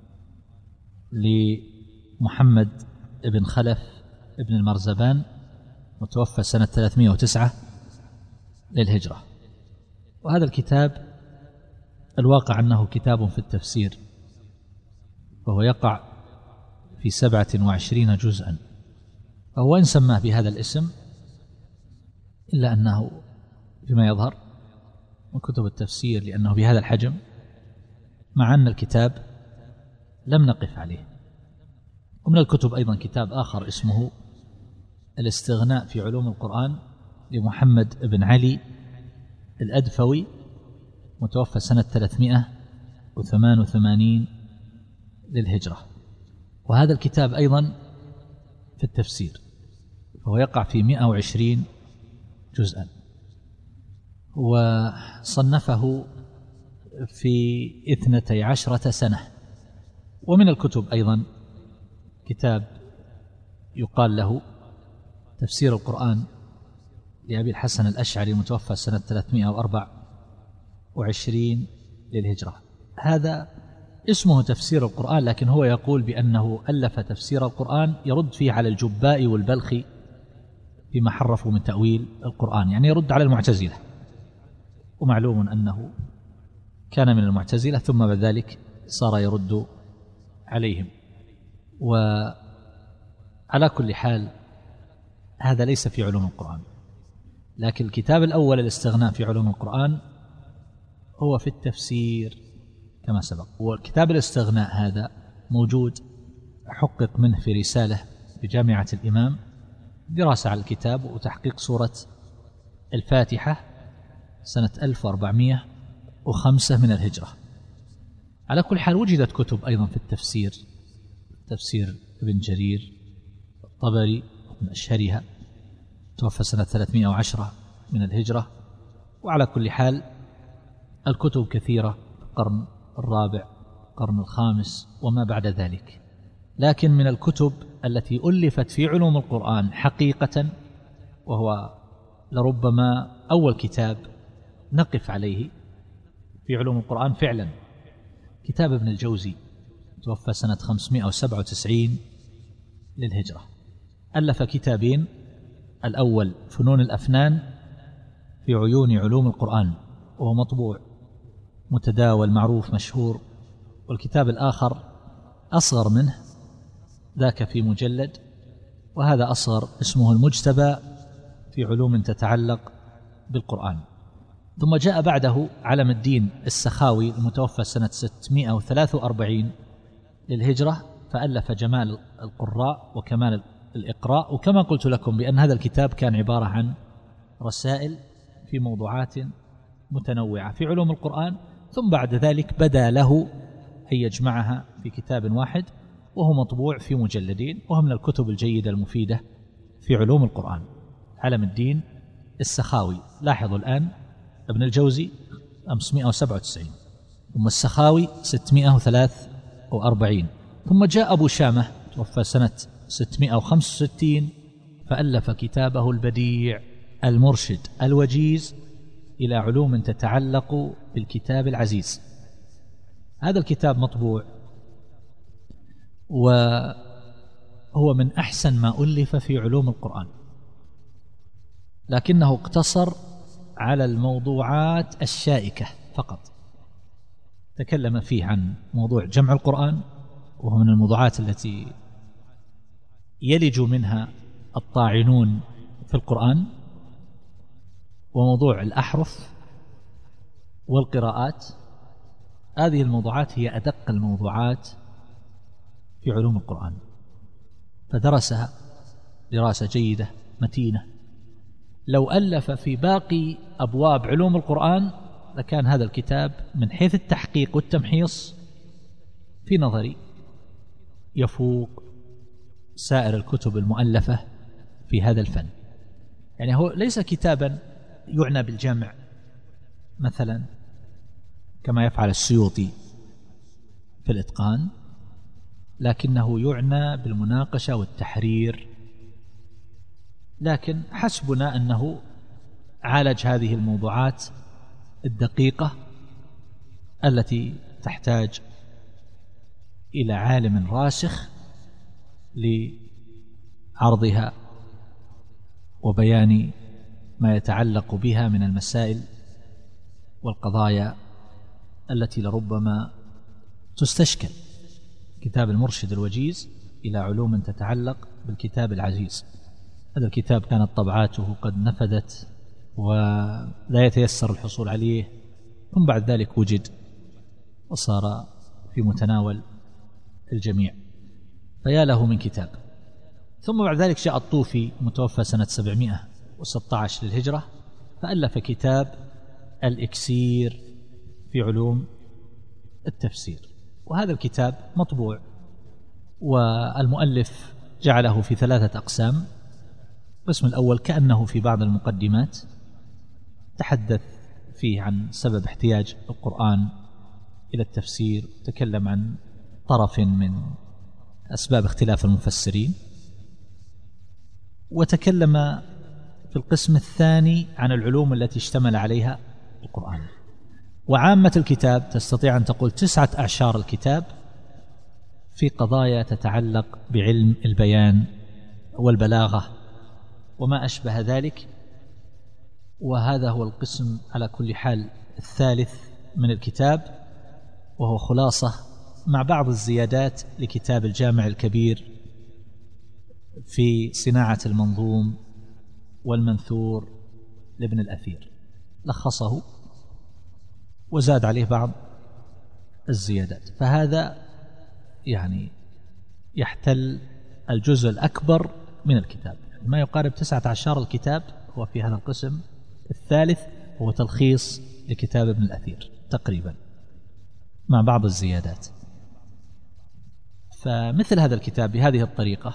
لمحمد بن خلف بن المرزبان متوفى سنة 309 للهجرة. وهذا الكتاب الواقع أنه كتاب في التفسير، وهو يقع في 27 جزءا، فهو إن سماه بهذا الاسم إلا أنه بما يظهر من كتب التفسير لأنه بهذا الحجم، مع أن الكتاب لم نقف عليه. ومن الكتب أيضا كتاب آخر اسمه الاستغناء في علوم القرآن لمحمد بن علي الأدفوي، متوفى سنة 388 للهجرة. وهذا الكتاب أيضا في التفسير، وهو يقع في 120 جزءا، وصنفه في 12 سنة. ومن الكتب أيضا كتاب يقال له تفسير القرآن لأبي الحسن الأشعري، المتوفى سنة 324 للهجرة. هذا اسمه تفسير القرآن، لكن هو يقول بأنه ألف تفسير القرآن يرد فيه على الجباء والبلخي فيما حرفوا من تأويل القرآن، يعني يرد على المعتزلة، ومعلوم أنه كان من المعتزلة ثم بعد ذلك صار يرد عليهم. وعلى كل حال هذا ليس في علوم القرآن، لكن الكتاب الأول الاستغناء في علوم القرآن هو في التفسير كما سبق. والكتاب الاستغناء هذا موجود، حقق منه في رسالة بجامعة الإمام، دراسة على الكتاب وتحقيق سورة الفاتحة سنة 1405 من الهجرة. على كل حال وجدت كتب أيضا في التفسير، تفسير ابن جرير الطبري من أشهرها، توفى سنة 310 من الهجرة. وعلى كل حال الكتب كثيرة، القرن الرابع، القرن الخامس وما بعد ذلك. لكن من الكتب التي ألفت في علوم القرآن حقيقة، وهو لربما أول كتاب نقف عليه في علوم القرآن فعلا، كتاب ابن الجوزي، توفى سنة 597 للهجرة. ألف كتابين، الأول فنون الأفنان في عيون علوم القرآن، وهو مطبوع متداول معروف مشهور، والكتاب الآخر أصغر منه، ذاك في مجلد، وهذا أصغر، اسمه المجتبى في علوم تتعلق بالقرآن. ثم جاء بعده علم الدين السخاوي المتوفى سنة 643 للهجرة، فألف جمال القراء وكمال الإقراء. وكما قلت لكم بأن هذا الكتاب كان عبارة عن رسائل في موضوعات متنوعة في علوم القرآن، ثم بعد ذلك بدا له أن يجمعها في كتاب واحد، وهو مطبوع في مجلدين، وهو من الكتب الجيدة المفيدة في علوم القرآن. علم الدين السخاوي، لاحظوا الآن ابن الجوزي 597، ثم السخاوي 643، ثم جاء أبو شامة توفى سنة 665 فألف كتابه البديع المرشد الوجيز إلى علوم تتعلق بالكتاب العزيز. هذا الكتاب مطبوع، وهو من أحسن ما ألف في علوم القرآن، لكنه اقتصر على الموضوعات الشائكة فقط. تكلم فيه عن موضوع جمع القرآن، وهو من الموضوعات التي يلج منها الطاعنون في القرآن، وموضوع الأحرف والقراءات. هذه الموضوعات هي أدق الموضوعات في علوم القرآن، فدرسها دراسة جيدة متينة. لو ألف في باقي أبواب علوم القرآن لكان هذا الكتاب من حيث التحقيق والتمحيص في نظري يفوق سائر الكتب المؤلفة في هذا الفن. يعني هو ليس كتابا يعنى بالجمع مثلا كما يفعل السيوطي في الإتقان، لكنه يعنى بالمناقشة والتحرير. لكن حسبنا أنه عالج هذه الموضوعات الدقيقة التي تحتاج إلى عالم راسخ لعرضها وبيان ما يتعلق بها من المسائل والقضايا التي لربما تستشكل. كتاب المرشد الوجيز إلى علوم تتعلق بالكتاب العزيز. هذا الكتاب كانت طبعاته قد نفذت ولا يتيسر الحصول عليه، ثم بعد ذلك وجد وصار في متناول الجميع، فيا له من كتاب. ثم بعد ذلك جاء الطوفي متوفى سنة 716 للهجرة، فألف كتاب الإكسير في علوم التفسير، وهذا الكتاب مطبوع، والمؤلف جعله في 3 أقسام. القسم الأول كأنه في بعض المقدمات تحدث فيه عن سبب احتياج القرآن إلى التفسير، تكلم عن طرف من أسباب اختلاف المفسرين، وتكلم في القسم الثاني عن العلوم التي اشتمل عليها القرآن. وعامة الكتاب تستطيع أن تقول 9 أعشار الكتاب في قضايا تتعلق بعلم البيان والبلاغة وما أشبه ذلك، وهذا هو القسم على كل حال الثالث من الكتاب، وهو خلاصة مع بعض الزيادات لكتاب الجامع الكبير في صناعة المنظوم والمنثور لابن الأثير، لخصه وزاد عليه بعض الزيادات، فهذا يعني يحتل الجزء الأكبر من الكتاب، ما يقارب 19 الكتاب هو في هذا القسم الثالث، هو تلخيص لكتاب ابن الأثير تقريبا مع بعض الزيادات. فمثل هذا الكتاب بهذه الطريقة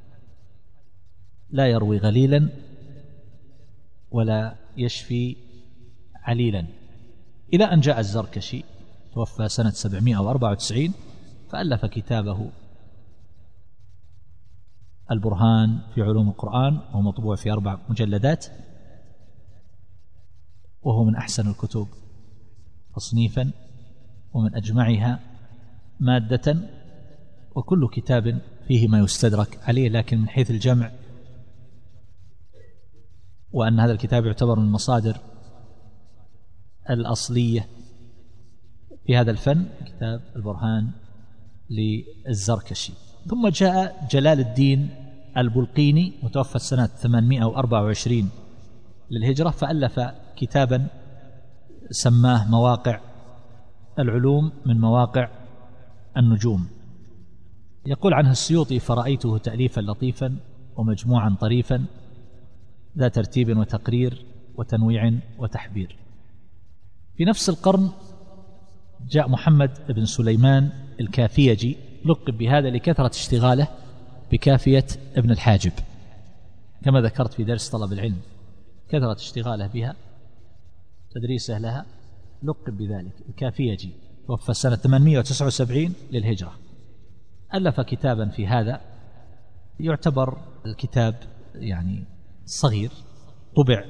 لا يروي غليلا ولا يشفي عليلا، إلى أن جاء الزركشي توفى سنة 794 فألف كتابه البرهان في علوم القرآن، وهو مطبوع في 4 مجلدات، وهو من أحسن الكتب تصنيفا ومن أجمعها مادة، وكل كتاب فيه ما يستدرك عليه، لكن من حيث الجمع وأن هذا الكتاب يعتبر من المصادر الأصلية في هذا الفن كتاب البرهان للزركشي. ثم جاء جلال الدين البلقيني متوفى سنة 824 للهجرة، فألف كتابا سماه مواقع العلوم من مواقع النجوم. يقول عنه السيوطي: فرأيته تأليفا لطيفا ومجموعا طريفا ذا ترتيب وتقرير وتنويع وتحبير. في نفس القرن جاء محمد بن سليمان الكافيجي، لقب بهذا لكثرة اشتغاله بكافية ابن الحاجب، كما ذكرت في درس طلب العلم، كثرة اشتغاله بها تدريسه لها لقب بذلك الكافيجي. توفى سنة 879 للهجرة. ألف كتابا في هذا، يعتبر الكتاب يعني صغير، طبع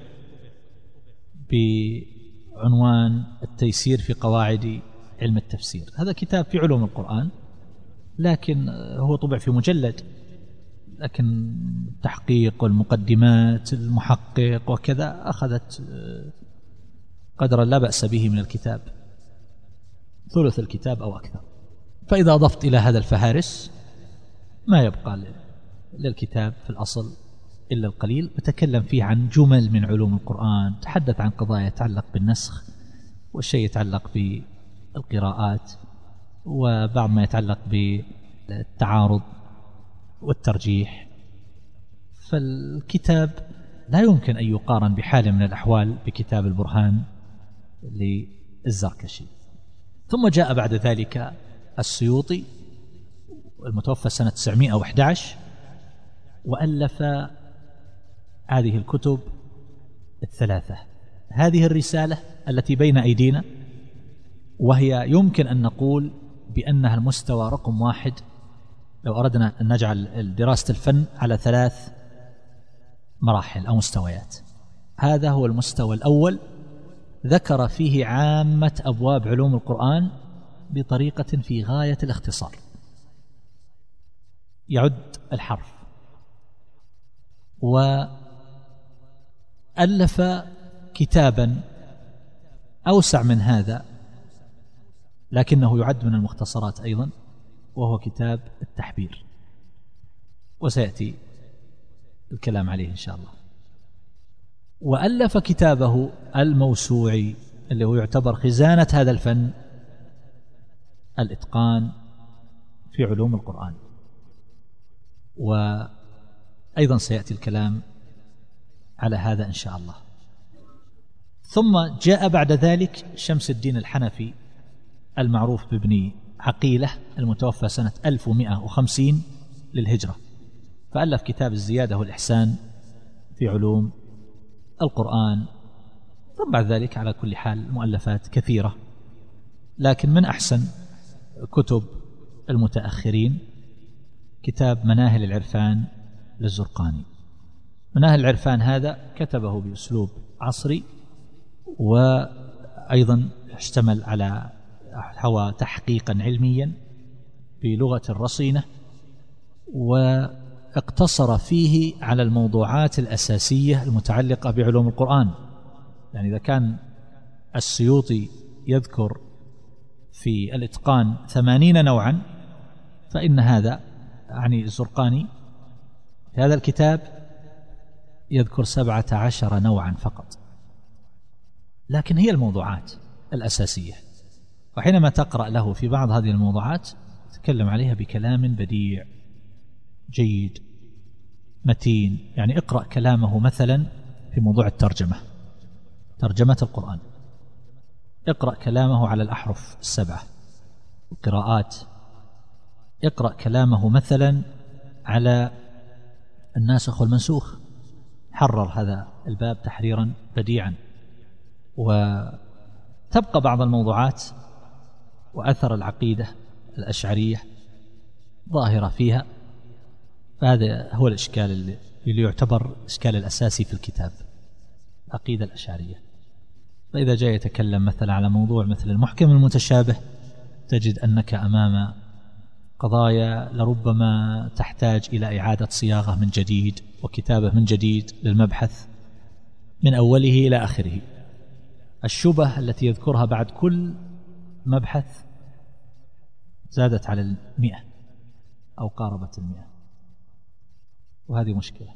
بعنوان التيسير في قواعد علم التفسير. هذا كتاب في علوم القرآن، لكن هو طبع في مجلد، لكن التحقيق والمقدمات المحقق وكذا أخذت قدرا لا بأس به من الكتاب، ثلث الكتاب أو أكثر. فإذا أضفت إلى هذا الفهارس ما يبقى للكتاب في الأصل إلا القليل، وتكلم فيه عن جمل من علوم القرآن، تحدث عن قضايا يتعلق بالنسخ والشيء يتعلق بالقراءات، وبعض ما يتعلق بالتعارض والترجيح. فالكتاب لا يمكن أن يقارن بحال من الأحوال بكتاب البرهان للزركشي. ثم جاء بعد ذلك السيوطي المتوفى سنة 911 وألف هذه الكتب الثلاثة. هذه الرسالة التي بين أيدينا، وهي يمكن أن نقول بأنها المستوى رقم 1 لو أردنا أن نجعل دراسة الفن على 3 مراحل أو مستويات. هذا هو المستوى الأول، ذكر فيه عامة أبواب علوم القرآن بطريقة في غاية الاختصار. يعد الحرف، وألف كتابا أوسع من هذا لكنه يعد من المختصرات أيضا، وهو كتاب التحبير، وسيأتي الكلام عليه إن شاء الله. وألف كتابه الموسوعي اللي هو يعتبر خزانة هذا الفن، الإتقان في علوم القرآن. وأيضا سيأتي الكلام على هذا إن شاء الله. ثم جاء بعد ذلك شمس الدين الحنفي المعروف بابن عقيلة المتوفى سنة 1150 للهجرة، فألف كتاب الزيادة والإحسان في علوم القرآن. ثم بعد ذلك على كل حال مؤلفات كثيرة، لكن من أحسن كتب المتأخرين كتاب مناهل العرفان للزرقاني. مناهل العرفان هذا كتبه بأسلوب عصري، وأيضا اشتمل على حوى تحقيقا علميا بلغة رصينة، واقتصر فيه على الموضوعات الأساسية المتعلقة بعلوم القرآن. يعني إذا كان السيوطي يذكر في الإتقان 80 نوعا، فإن هذا يعني الزرقاني في هذا الكتاب يذكر 17 نوعا فقط، لكن هي الموضوعات الأساسية. وحينما تقرأ له في بعض هذه الموضوعات تتكلم عليها بكلام بديع جيد متين. يعني اقرأ كلامه مثلا في موضوع الترجمة، ترجمة القرآن، اقرأ كلامه على الأحرف السبعة القراءات، اقرأ كلامه مثلا على الناسخ والمنسوخ، حرر هذا الباب تحريرا بديعا. وتبقى بعض الموضوعات وأثر العقيدة الأشعرية ظاهرة فيها، فهذا هو الإشكال اللي يعتبر الإشكال الأساسي في الكتاب، العقيدة الأشعرية. فإذا جاء يتكلم مثلا على موضوع مثل المحكم المتشابه، تجد أنك أمام قضايا لربما تحتاج إلى إعادة صياغة من جديد وكتابة من جديد للمبحث من أوله إلى آخره. الشبه التي يذكرها بعد كل مبحث زادت على 100 أو قاربت 100، وهذه مشكلة.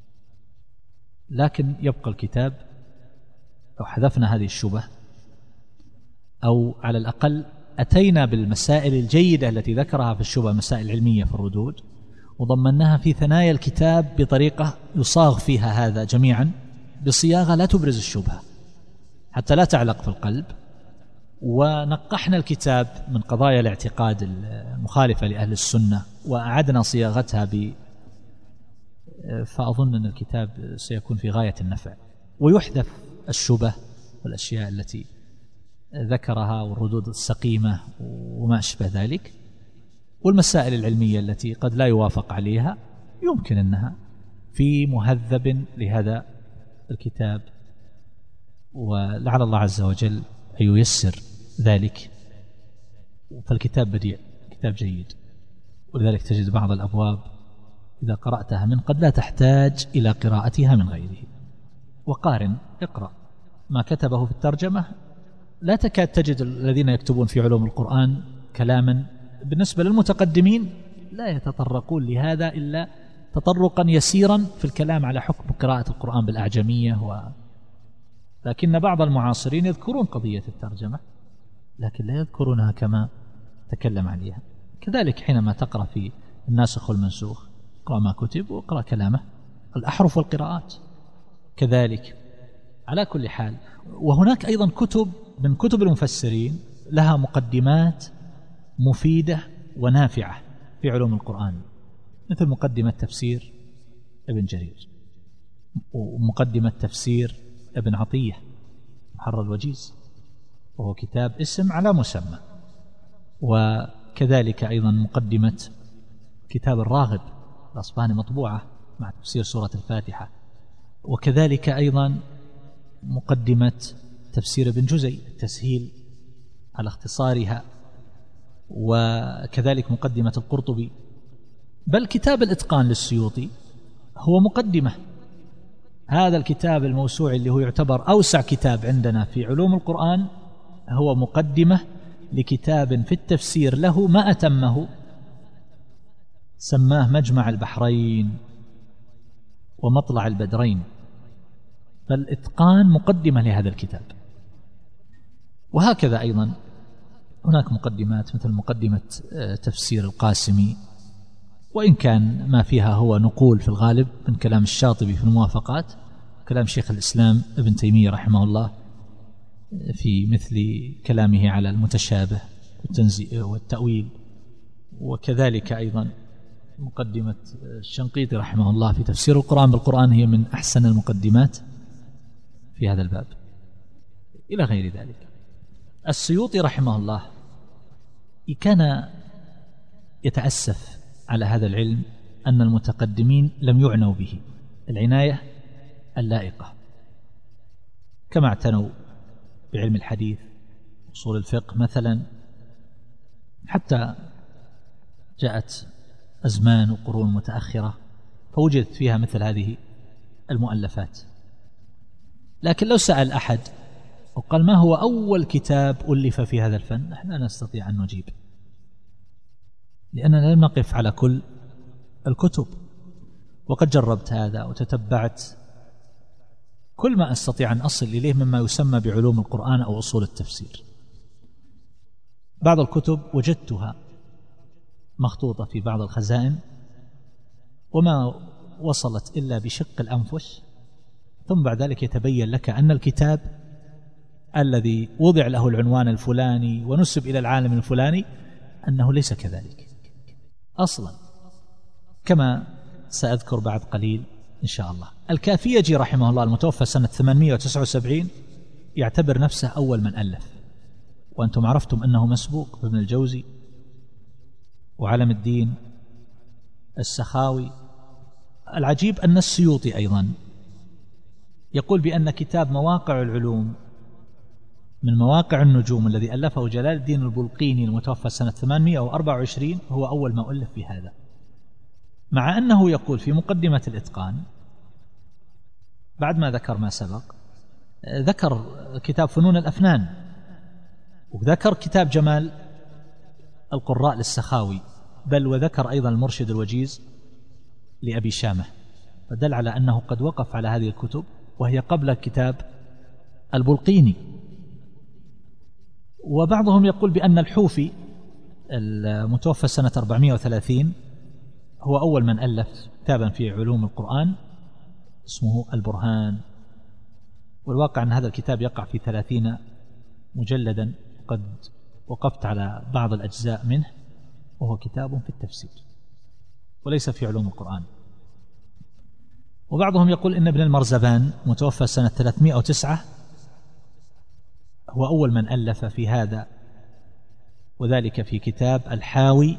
لكن يبقى الكتاب لو حذفنا هذه الشبه، أو على الأقل أتينا بالمسائل الجيدة التي ذكرها في الشبه، مسائل علمية في الردود، وضمناها في ثنايا الكتاب بطريقة يصاغ فيها هذا جميعا بصياغة لا تبرز الشبهة حتى لا تعلق في القلب، ونقحنا الكتاب من قضايا الاعتقاد المخالفة لأهل السنة وأعدنا صياغتها فأظن أن الكتاب سيكون في غاية النفع. ويحذف الشبه والأشياء التي ذكرها والردود السقيمة وما أشبه ذلك، والمسائل العلمية التي قد لا يوافق عليها يمكن أنها في مهذب لهذا الكتاب، ولعل الله عز وجل أن ييسر ذلك. فالكتاب بديع، كتاب جيد، ولذلك تجد بعض الأبواب إذا قرأتها من قد لا تحتاج إلى قراءتها من غيره. وقارن، اقرأ ما كتبه في الترجمة، لا تكاد تجد الذين يكتبون في علوم القرآن كلاما بالنسبة للمتقدمين لا يتطرقون لهذا إلا تطرقا يسيرا في الكلام على حكم قراءة القرآن بالأعجمية لكن بعض المعاصرين يذكرون قضية الترجمة لكن لا يذكرونها كما تكلم عليها. كذلك حينما تقرأ في الناسخ والمنسوخ اقرأ ما كتب واقرأ كلامه، الأحرف والقراءات كذلك. على كل حال، وهناك أيضا كتب من كتب المفسرين لها مقدمات مفيدة ونافعة في علوم القرآن، مثل مقدمة تفسير ابن جرير ومقدمة تفسير ابن عطية محرر الوجيز، وهو كتاب اسم على مسمى. وكذلك أيضا مقدمة كتاب الراغب الأصبهاني مطبوعة مع تفسير سورة الفاتحة، وكذلك أيضا مقدمة تفسير ابن جزي التسهيل على اختصارها، وكذلك مقدمة القرطبي، بل كتاب الإتقان للسيوطي هو مقدمة. هذا الكتاب الموسوعي اللي هو يعتبر أوسع كتاب عندنا في علوم القرآن هو مقدمة لكتاب في التفسير له ما أتمه، سماه مجمع البحرين ومطلع البدرين، فالإتقان مقدمة لهذا الكتاب. وهكذا أيضا هناك مقدمات مثل مقدمة تفسير القاسمي، وإن كان ما فيها هو نقول في الغالب من كلام الشاطبي في الموافقات، كلام شيخ الإسلام ابن تيمية رحمه الله في مثل كلامه على المتشابه والتأويل، وكذلك أيضا مقدمة الشنقيطي رحمه الله في تفسير القرآن بالقرآن هي من أحسن المقدمات في هذا الباب، إلى غير ذلك. السيوطي رحمه الله كان يتأسف على هذا العلم أن المتقدمين لم يعنوا به العناية اللائقة، كما اعتنوا بعلم الحديث أصول الفقه مثلا، حتى جاءت أزمان وقرون متأخرة فوجدت فيها مثل هذه المؤلفات. لكن لو سأل أحد وقال ما هو أول كتاب ألف في هذا الفن، نحن لا نستطيع أن نجيب، لأننا لم نقف على كل الكتب، وقد جربت هذا وتتبعت كل ما أستطيع أن أصل إليه مما يسمى بعلوم القرآن أو أصول التفسير. بعض الكتب وجدتها مخطوطة في بعض الخزائن وما وصلت إلا بشق الأنفس، ثم بعد ذلك يتبين لك أن الكتاب الذي وضع له العنوان الفلاني ونسب إلى العالم الفلاني أنه ليس كذلك أصلا، كما سأذكر بعد قليل إن شاء الله. الكافيجي رحمه الله المتوفى سنة 879 يعتبر نفسه أول من ألف، وأنتم عرفتم أنه مسبوق بابن الجوزي وعلم الدين السخاوي. العجيب أن السيوطي أيضا يقول بأن كتاب مواقع العلوم من مواقع النجوم الذي ألفه جلال الدين البلقيني المتوفى سنة 824 هو أول ما ألف في هذا، مع أنه يقول في مقدمة الإتقان بعد ما ذكر ما سبق ذكر كتاب فنون الأفنان، وذكر كتاب جمال القراء للسخاوي، بل وذكر أيضا المرشد الوجيز لأبي شامة، فدل على أنه قد وقف على هذه الكتب وهي قبل كتاب البلقيني. وبعضهم يقول بأن الحوفي المتوفى سنة 430 هو أول من ألف كتابا في علوم القرآن اسمه البرهان، والواقع أن هذا الكتاب يقع في 30 مجلدا، قد وقفت على بعض الأجزاء منه، وهو كتاب في التفسير وليس في علوم القرآن. وبعضهم يقول إن ابن المرزبان متوفى سنة 309 هو أول من ألف في هذا، وذلك في كتاب الحاوي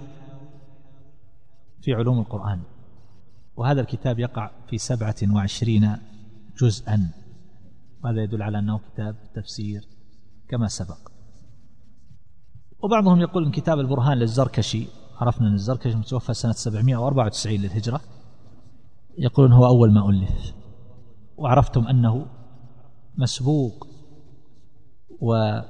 في علوم القرآن، وهذا الكتاب يقع في 27 جزءا، وهذا يدل على أنه كتاب تفسير كما سبق. وبعضهم يقول إن كتاب البرهان للزركشي، عرفنا أن الزركشي متوفى سنة 794 للهجرة، يقولون هو أول ما ألف، وعرفتم أنه مسبوق. ومن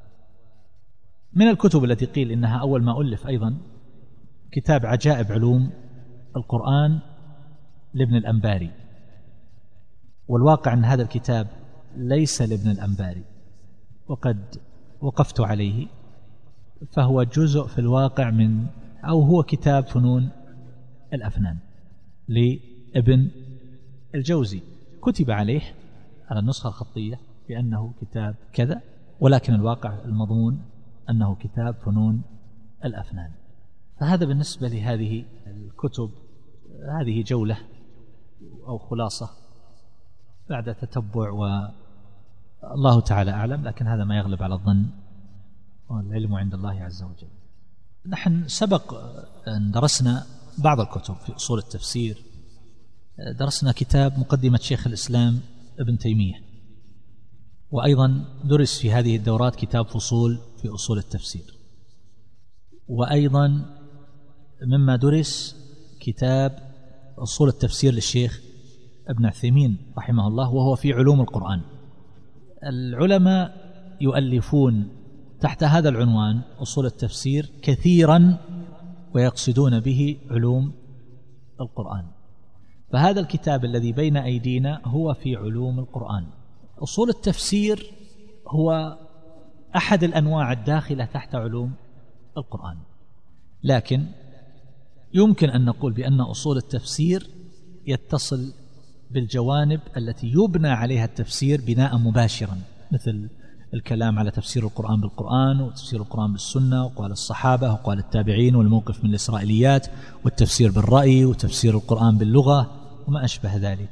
الكتب التي قيل إنها أول ما ألف أيضا كتاب عجائب علوم القرآن لابن الأنباري، والواقع أن هذا الكتاب ليس لابن الأنباري، وقد وقفت عليه، فهو جزء في الواقع من أو هو كتاب فنون الأفنان لابن الجوزي، كتب عليه على النسخة الخطية بأنه كتاب كذا، ولكن الواقع المضمون أنه كتاب فنون الأفنان. فهذا بالنسبة لهذه الكتب، هذه جولة أو خلاصة بعد تتبع، والله تعالى أعلم، لكن هذا ما يغلب على الظن، والعلم عند الله عز وجل. نحن سبق أن درسنا بعض الكتب في أصول التفسير، درسنا كتاب مقدمة شيخ الإسلام ابن تيمية، وأيضا درس في هذه الدورات كتاب فصول في أصول التفسير، وأيضا مما درس كتاب أصول التفسير للشيخ ابن عثيمين رحمه الله، وهو في علوم القرآن. العلماء يؤلفون تحت هذا العنوان أصول التفسير كثيرا، ويقصدون به علوم القرآن، فهذا الكتاب الذي بين أيدينا هو في علوم القرآن. أصول التفسير هو أحد الأنواع الداخلة تحت علوم القرآن، لكن يمكن أن نقول بأن أصول التفسير يتصل بالجوانب التي يبنى عليها التفسير بناء مباشرا، مثل الكلام على تفسير القرآن بالقرآن، وتفسير القرآن بالسنة، وقال الصحابة وقال التابعين، والموقف من الإسرائيليات، والتفسير بالرأي، وتفسير القرآن باللغة وما أشبه ذلك.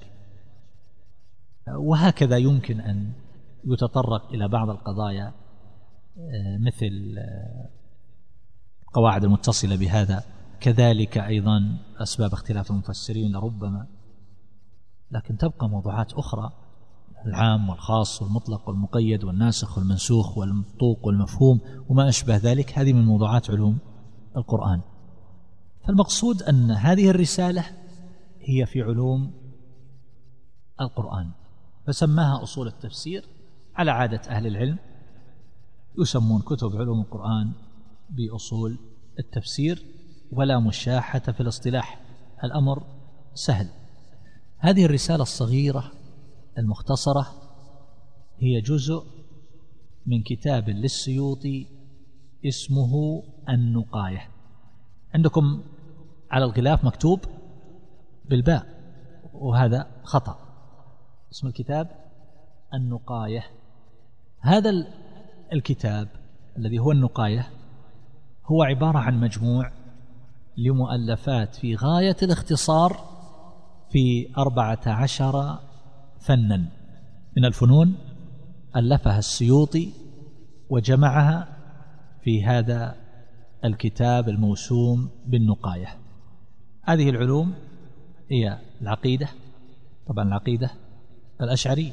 وهكذا يمكن أن يتطرق إلى بعض القضايا مثل القواعد المتصلة بهذا، كذلك أيضا أسباب اختلاف المفسرين لربما، لكن تبقى موضوعات أخرى، العام والخاص والمطلق والمقيد والناسخ والمنسوخ والمنطوق والمفهوم وما أشبه ذلك، هذه من موضوعات علوم القرآن. فالمقصود أن هذه الرسالة هي في علوم القرآن، فسماها أصول التفسير على عادة أهل العلم، يسمون كتب علوم القرآن بأصول التفسير، ولا مشاحة في الاصطلاح، الأمر سهل. هذه الرسالة الصغيرة المختصرة هي جزء من كتاب للسيوطي اسمه النقاية. عندكم على الغلاف مكتوب بالباء وهذا خطأ، اسم الكتاب النقاية. هذا الكتاب الذي هو النقاية هو عبارة عن مجموع لمؤلفات في غاية الاختصار في 14 فنا من الفنون، ألفها السيوطي وجمعها في هذا الكتاب الموسوم بالنقاية. هذه العلوم هي العقيدة، طبعا العقيدة الأشعري،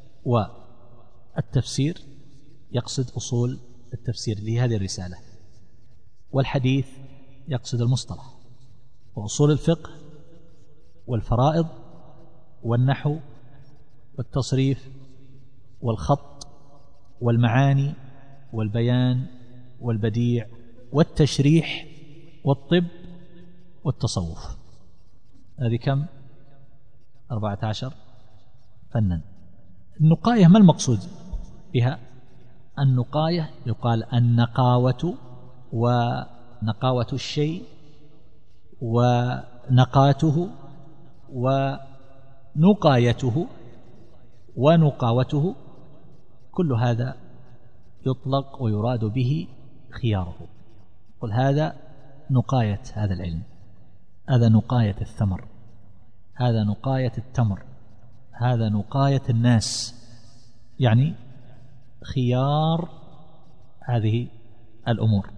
والتفسير يقصد أصول التفسير لهذه الرسالة، والحديث يقصد المصطلح، وأصول الفقه والفرائض والنحو والتصريف والخط والمعاني والبيان والبديع والتشريح والطب والتصوف. هذه كم؟ 14 فنا. النقاية ما المقصود بها؟ النقاية يقال النقاوة، ونقاوة الشيء، ونقاته، ونقايته، ونقاوته، كل هذا يطلق ويراد به خياره. قل هذا نقاية هذا العلم، هذا نقاية الثمر، هذا نقاية التمر، هذا نقاية الناس، يعني خيار هذه الأمور.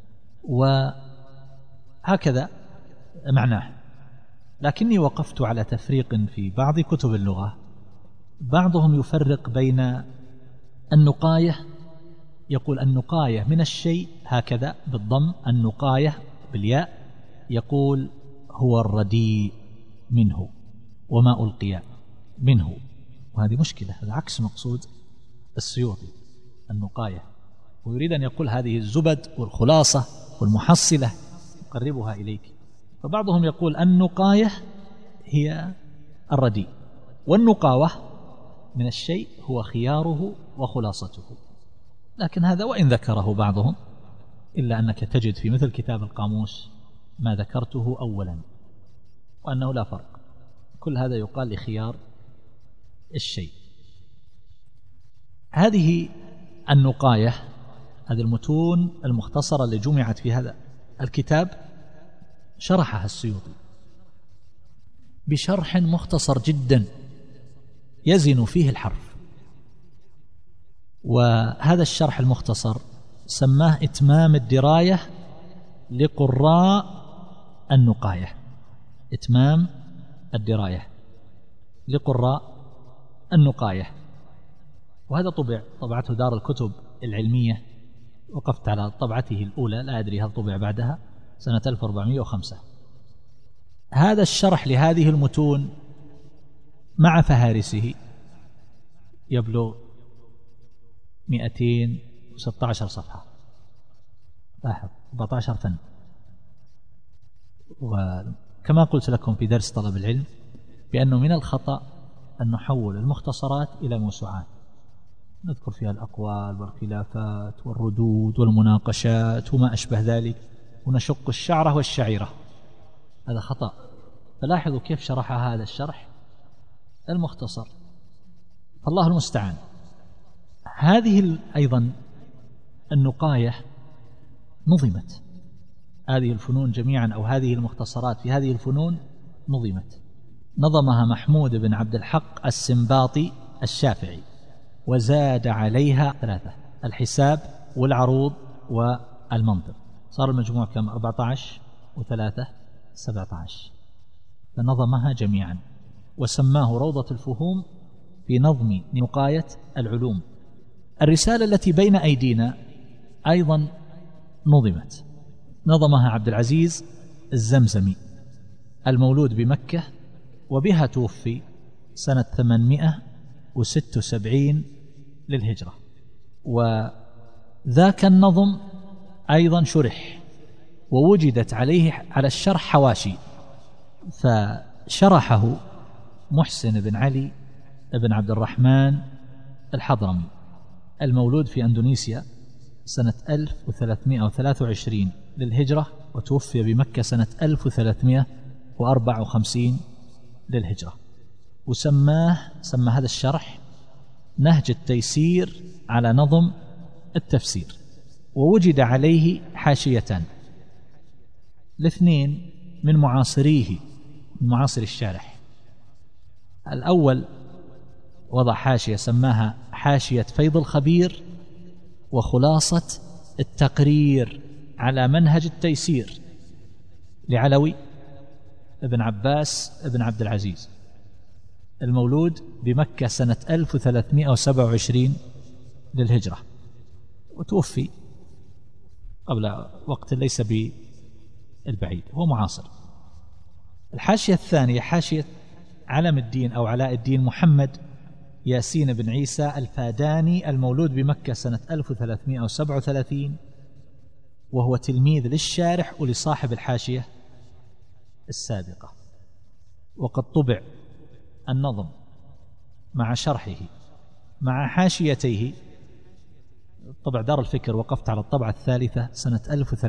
وهكذا معناه. لكني وقفت على تفريق في بعض كتب اللغة، بعضهم يفرق بين النقاية، يقول النقاية من الشيء هكذا بالضم، النقاية بالياء، يقول هو الرديء منه وما ألقي منه، وهذه مشكلة، هذا عكس مقصود السيوطي النقاية، ويريد أن يقول هذه الزبد والخلاصة والمحصلة يقربها إليك. فبعضهم يقول النقاية هي الرديء، والنقاوة من الشيء هو خياره وخلاصته. لكن هذا وإن ذكره بعضهم إلا أنك تجد في مثل كتاب القاموس ما ذكرته أولا، وأنه لا فرق، كل هذا يقال لخيار الشيء. هذه النقاية، هذه المتون المختصرة اللي جمعت في هذا الكتاب، شرحها السيوطي بشرح مختصر جدا يزن فيه الحرف، وهذا الشرح المختصر سماه إتمام الدراية لقراء النقاية، إتمام الدراية لقراء النقاية. وهذا طبعته دار الكتب العلمية، وقفت على طبعته الأولى، لا أدري هل طبع بعدها، سنة 1405. هذا الشرح لهذه المتون مع فهارسه يبلغ 216 صفحة، لاحظ 14 فن. وكما قلت لكم في درس طلب العلم، بأنه من الخطأ أن نحول المختصرات إلى موسوعات نذكر فيها الأقوال والخلافات والردود والمناقشات وما أشبه ذلك، ونشق الشعرة والشعيرة. هذا خطأ. فلاحظوا كيف شرح هذا الشرح المختصر، فالله المستعان. هذه أيضا النقاية نظمت، هذه الفنون جميعا أو هذه المختصرات في هذه الفنون نظمت، نظمها محمود بن عبد الحق السنباطي الشافعي، وزاد عليها 3: الحساب والعروض والمنطق. صار المجموع كم؟ 14 و3 17. فنظمها جميعا وسماه روضة الفهوم في نظم نقاية العلوم. الرسالة التي بين أيدينا أيضا نظمت، نظمها عبد العزيز الزمزمي المولود بمكة، وبها توفي سنة 876 للهجرة. وذاك النظم أيضا شرح ووجدت عليه على الشرح حواشي، فشرحه محسن بن علي بن عبد الرحمن الحضرمي المولود في أندونيسيا سنة 1323 للهجرة، وتوفي بمكة سنة 1354 للهجرة. وسمى هذا الشرح نهج التيسير على نظم التفسير، ووجد عليه حاشيتان الاثنين من معاصريه، من معاصر الشارح. الأول وضع حاشية سماها حاشية فيض الخبير وخلاصة التقرير على منهج التيسير لعلوي ابن عباس ابن عبد العزيز المولود بمكة سنة 1327 للهجرة، وتوفي قبل وقت ليس بالبعيد، هو معاصر. الحاشية الثانية حاشية علم الدين أو علاء الدين محمد ياسين بن عيسى الفاداني المولود بمكة سنة 1337، وهو تلميذ للشارح ولصاحب الحاشية السابقة. وقد طبع النظم مع شرحه مع حاشيتيه، طبع دار الفكر، وقفت على الطبعة الثالثة سنة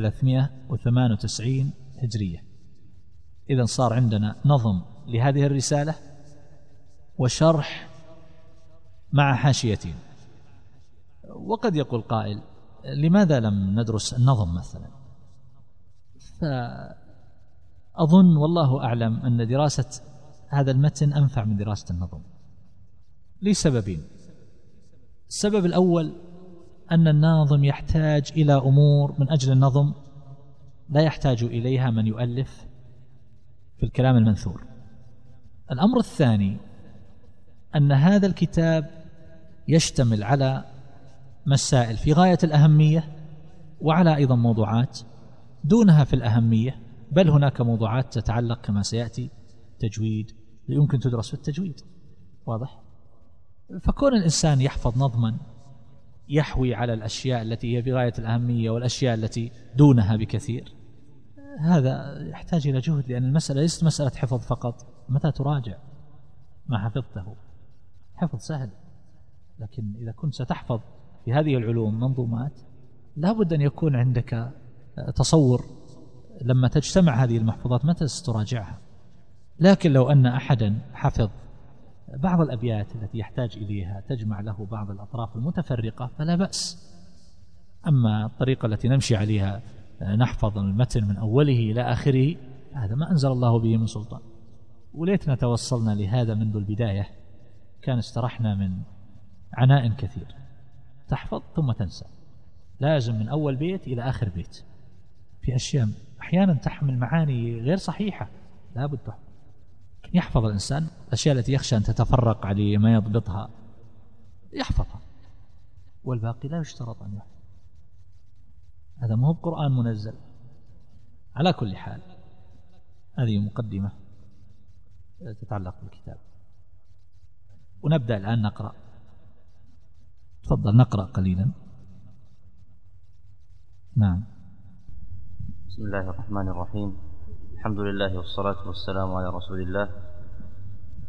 1398 هجرية. إذن صار عندنا نظم لهذه الرسالة وشرح مع حاشيتين. وقد يقول قائل لماذا لم ندرس النظم مثلا؟ فأظن والله أعلم أن دراسة هذا المتن أنفع من دراسة النظم لسببين. السبب الأول أن الناظم يحتاج إلى أمور من أجل النظم لا يحتاج إليها من يؤلف في الكلام المنثور. الأمر الثاني أن هذا الكتاب يشتمل على مسائل في غاية الأهمية، وعلى أيضا موضوعات دونها في الأهمية، بل هناك موضوعات تتعلق كما سيأتي تجويد يمكن تدرس في التجويد، واضح؟ فكون الإنسان يحفظ نظما يحوي على الأشياء التي هي في غاية الأهمية والأشياء التي دونها بكثير، هذا يحتاج إلى جهد، لأن المسألة ليست مسألة حفظ فقط. متى تراجع ما حفظته؟ حفظ سهل، لكن إذا كنت ستحفظ في هذه العلوم منظومات لا بد أن يكون عندك تصور لما تجتمع هذه المحفوظات متى ستراجعها. لكن لو أن أحدا حفظ بعض الأبيات التي يحتاج إليها تجمع له بعض الأطراف المتفرقة فلا بأس. أما الطريقة التي نمشي عليها نحفظ المتن من أوله إلى آخره، هذا ما أنزل الله به من سلطان. وليتنا توصلنا لهذا منذ البداية، كان استرحنا من عناء كثير. تحفظ ثم تنسى، لازم من أول بيت إلى آخر بيت. في أشياء أحيانا تحمل معاني غير صحيحة لا بد تحفظ. يحفظ الإنسان الأشياء التي يخشى أن تتفرق عليه ما يضبطها يحفظها، والباقي لا يشترط أن يحفظ. هذا ما هو قرآن منزل. على كل حال هذه مقدمة تتعلق بالكتاب، ونبدأ الآن نقرأ. تفضل نقرأ قليلا. نعم. بسم الله الرحمن الرحيم. الحمد لله والصلاة والسلام على رسول الله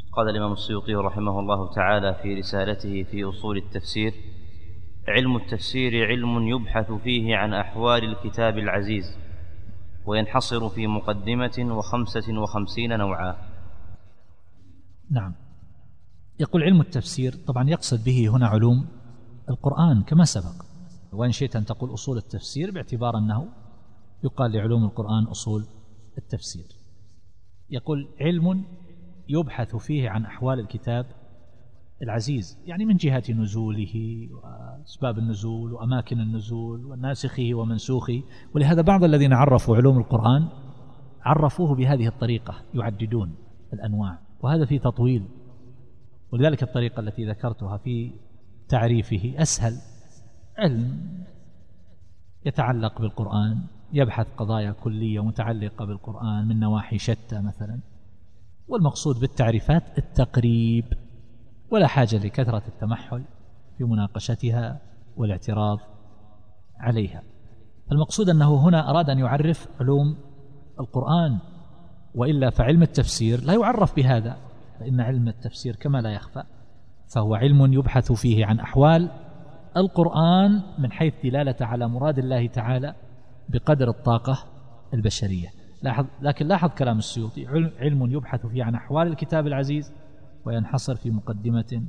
قال الإمام السيوطي رحمه الله تعالى في رسالته في أصول التفسير: علم التفسير علم يبحث فيه عن أحوال الكتاب العزيز، وينحصر في مقدمة 55 نوعا. نعم. يقول علم التفسير، طبعا يقصد به هنا علوم القرآن كما سبق، وإن شئت أن تقول أصول التفسير باعتبار أنه يقال لعلوم القرآن أصول التفسير. يقول علم يبحث فيه عن أحوال الكتاب العزيز، يعني من جهة نزوله وأسباب النزول وأماكن النزول وناسخه ومنسوخه. ولهذا بعض الذين عرفوا علوم القرآن عرفوه بهذه الطريقة، يعددون الأنواع، وهذا في تطويل. ولذلك الطريقة التي ذكرتها في تعريفه أسهل. علم يتعلق بالقرآن، يبحث قضايا كلية متعلقة بالقرآن من نواحي شتى مثلا، والمقصود بالتعريفات التقريب، ولا حاجة لكثرة التمحل في مناقشتها والاعتراض عليها. المقصود أنه هنا أراد أن يعرف علوم القرآن، وإلا فعلم التفسير لا يعرف بهذا، فإن علم التفسير كما لا يخفى فهو علم يبحث فيه عن أحوال القرآن من حيث دلالة على مراد الله تعالى بقدر الطاقة البشرية. لكن لاحظ كلام السيوطي: علم يبحث فيه عن أحوال الكتاب العزيز، وينحصر في مقدمة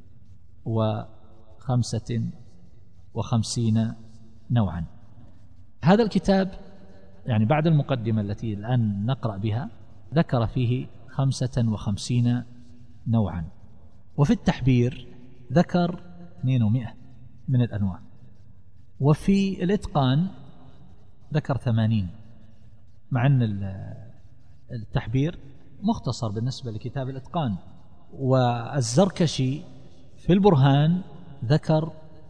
55 نوعا. هذا الكتاب يعني بعد المقدمة التي الآن نقرأ بها ذكر فيه 55 نوعا، وفي التحبير ذكر 200 من الأنواع، وفي الإتقان ذكر 80، مع أن التحبير مختصر بالنسبة لكتاب الإتقان. والزركشي في البرهان ذكر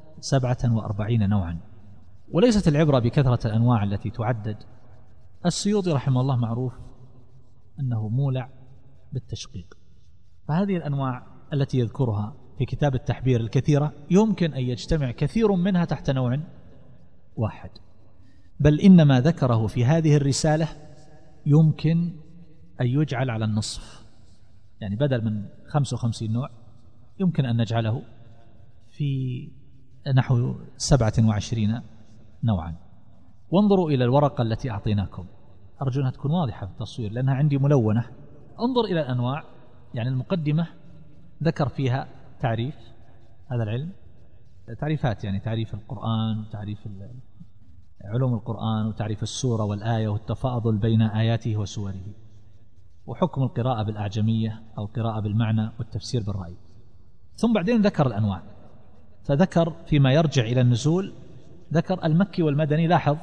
47 نوعا. وليست العبرة بكثرة الأنواع التي تعدد. السيوطي رحمه الله معروف أنه مولع بالتشقيق، فهذه الأنواع التي يذكرها في كتاب التحبير الكثيرة يمكن أن يجتمع كثير منها تحت نوع واحد، بل إنما ذكره في هذه الرسالة يمكن أن يجعل على النصف، يعني بدل من 55 نوع يمكن أن نجعله في نحو 27 نوعا. وانظروا إلى الورقة التي أعطيناكم، أرجو أنها تكون واضحة في التصوير لأنها عندي ملونة. انظر إلى الأنواع، يعني المقدمة ذكر فيها تعريف هذا العلم، تعريفات يعني تعريف القرآن وتعريف علوم القرآن وتعريف السورة والآية والتفاضل بين آياته وسوره، وحكم القراءة بالأعجمية أو القراءة بالمعنى والتفسير بالرأي. ثم بعدين ذكر الأنواع، فذكر فيما يرجع إلى النزول ذكر المكي والمدني. لاحظ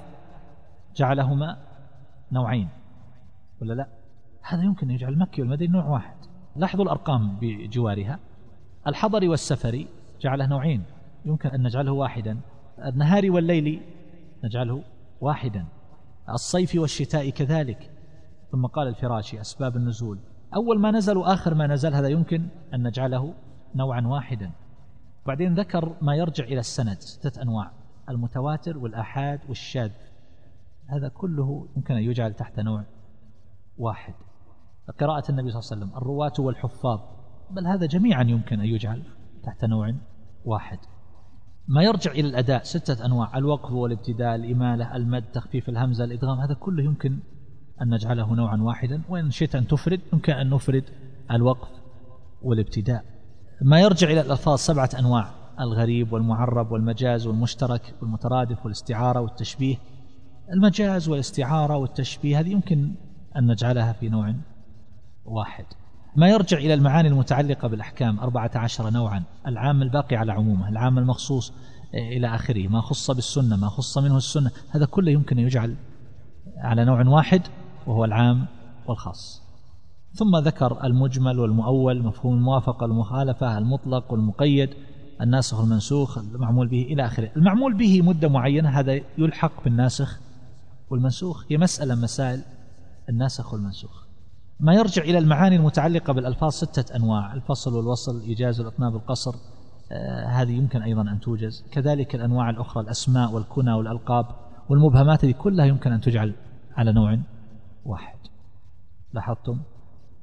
جعلهما نوعين ولا لا؟ هذا يمكن أن يجعل المكي والمدني نوع واحد. لاحظوا الأرقام بجوارها. الحضري والسفري جعله نوعين، يمكن أن نجعله واحدا. النهار والليل نجعله واحدا. الصيف والشتاء كذلك. ثم قال الفراشي أسباب النزول، أول ما نزل وآخر ما نزل، هذا يمكن أن نجعله نوعا واحدا. بعدين ذكر ما يرجع إلى السند 6 أنواع: المتواتر والآحاد والشاذ، هذا كله يمكن أن يجعل تحت نوع واحد. قراءة النبي صلى الله عليه وسلم، الرواة والحفاظ، بل هذا جميعا يمكن أن يجعل تحت نوع واحد. ما يرجع إلى الأداء 6 أنواع: الوقف والابتداء، الإمالة، المد، تخفيف الهمزة، الإدغام، هذا كله يمكن أن نجعله نوعا واحدا. وإن شئت أن تفرد يمكن أن نفرد الوقف والابتداء. ما يرجع إلى الألفاظ 7 أنواع: الغريب والمعرب والمجاز والمشترك والمترادف والاستعارة والتشبيه. المجاز والاستعارة والتشبيه هذه يمكن أن نجعلها في نوع واحد. ما يرجع إلى المعاني المتعلقة بالأحكام 14 نوعا: العام الباقي على عمومه، العام المخصوص إلى آخره، ما خص بالسنة، ما خص منه السنة، هذا كله يمكن أن يجعل على نوع واحد وهو العام والخاص. ثم ذكر المجمل والمؤول، مفهوم الموافقة والمخالفة، المطلق والمقيد، الناسخ والمنسوخ، المعمول به إلى آخره. المعمول به مدة معينة، هذا يلحق بالناسخ والمنسوخ، هي مسألة مسائل الناسخ والمنسوخ. ما يرجع إلى المعاني المتعلقة بالألفاظ 6 أنواع: الفصل والوصل، الإيجاز والإطناب، القصر، هذه يمكن أيضا أن توجز. كذلك الأنواع الأخرى: الأسماء والكنى والألقاب والمبهمات، هذه كلها يمكن أن تجعل على نوع واحد. لاحظتم؟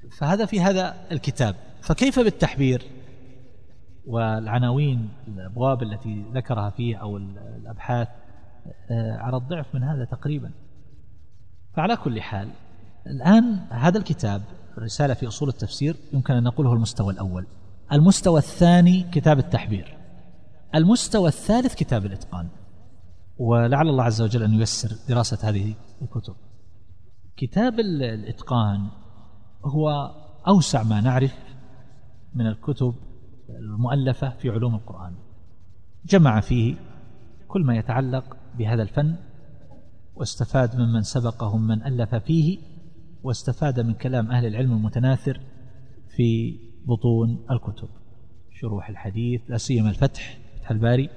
فهذا في هذا الكتاب. فكيف بالتحبير والعناوين الأبواب التي ذكرها فيه أو الأبحاث على الضعف من هذا تقريبا. فعلى كل حال الآن هذا الكتاب رسالة في أصول التفسير يمكن أن نقوله المستوى الأول. المستوى الثاني كتاب التحبير. المستوى الثالث كتاب الإتقان، ولعل الله عز وجل أن ييسر دراسة هذه الكتب. كتاب الإتقان هو أوسع ما نعرف من الكتب المؤلفة في علوم القرآن، جمع فيه كل ما يتعلق بهذا الفن، واستفاد ممن سبقهم من ألف فيه، واستفاد من كلام أهل العلم المتناثر في بطون الكتب، شروح الحديث لا سيما فتح الباري.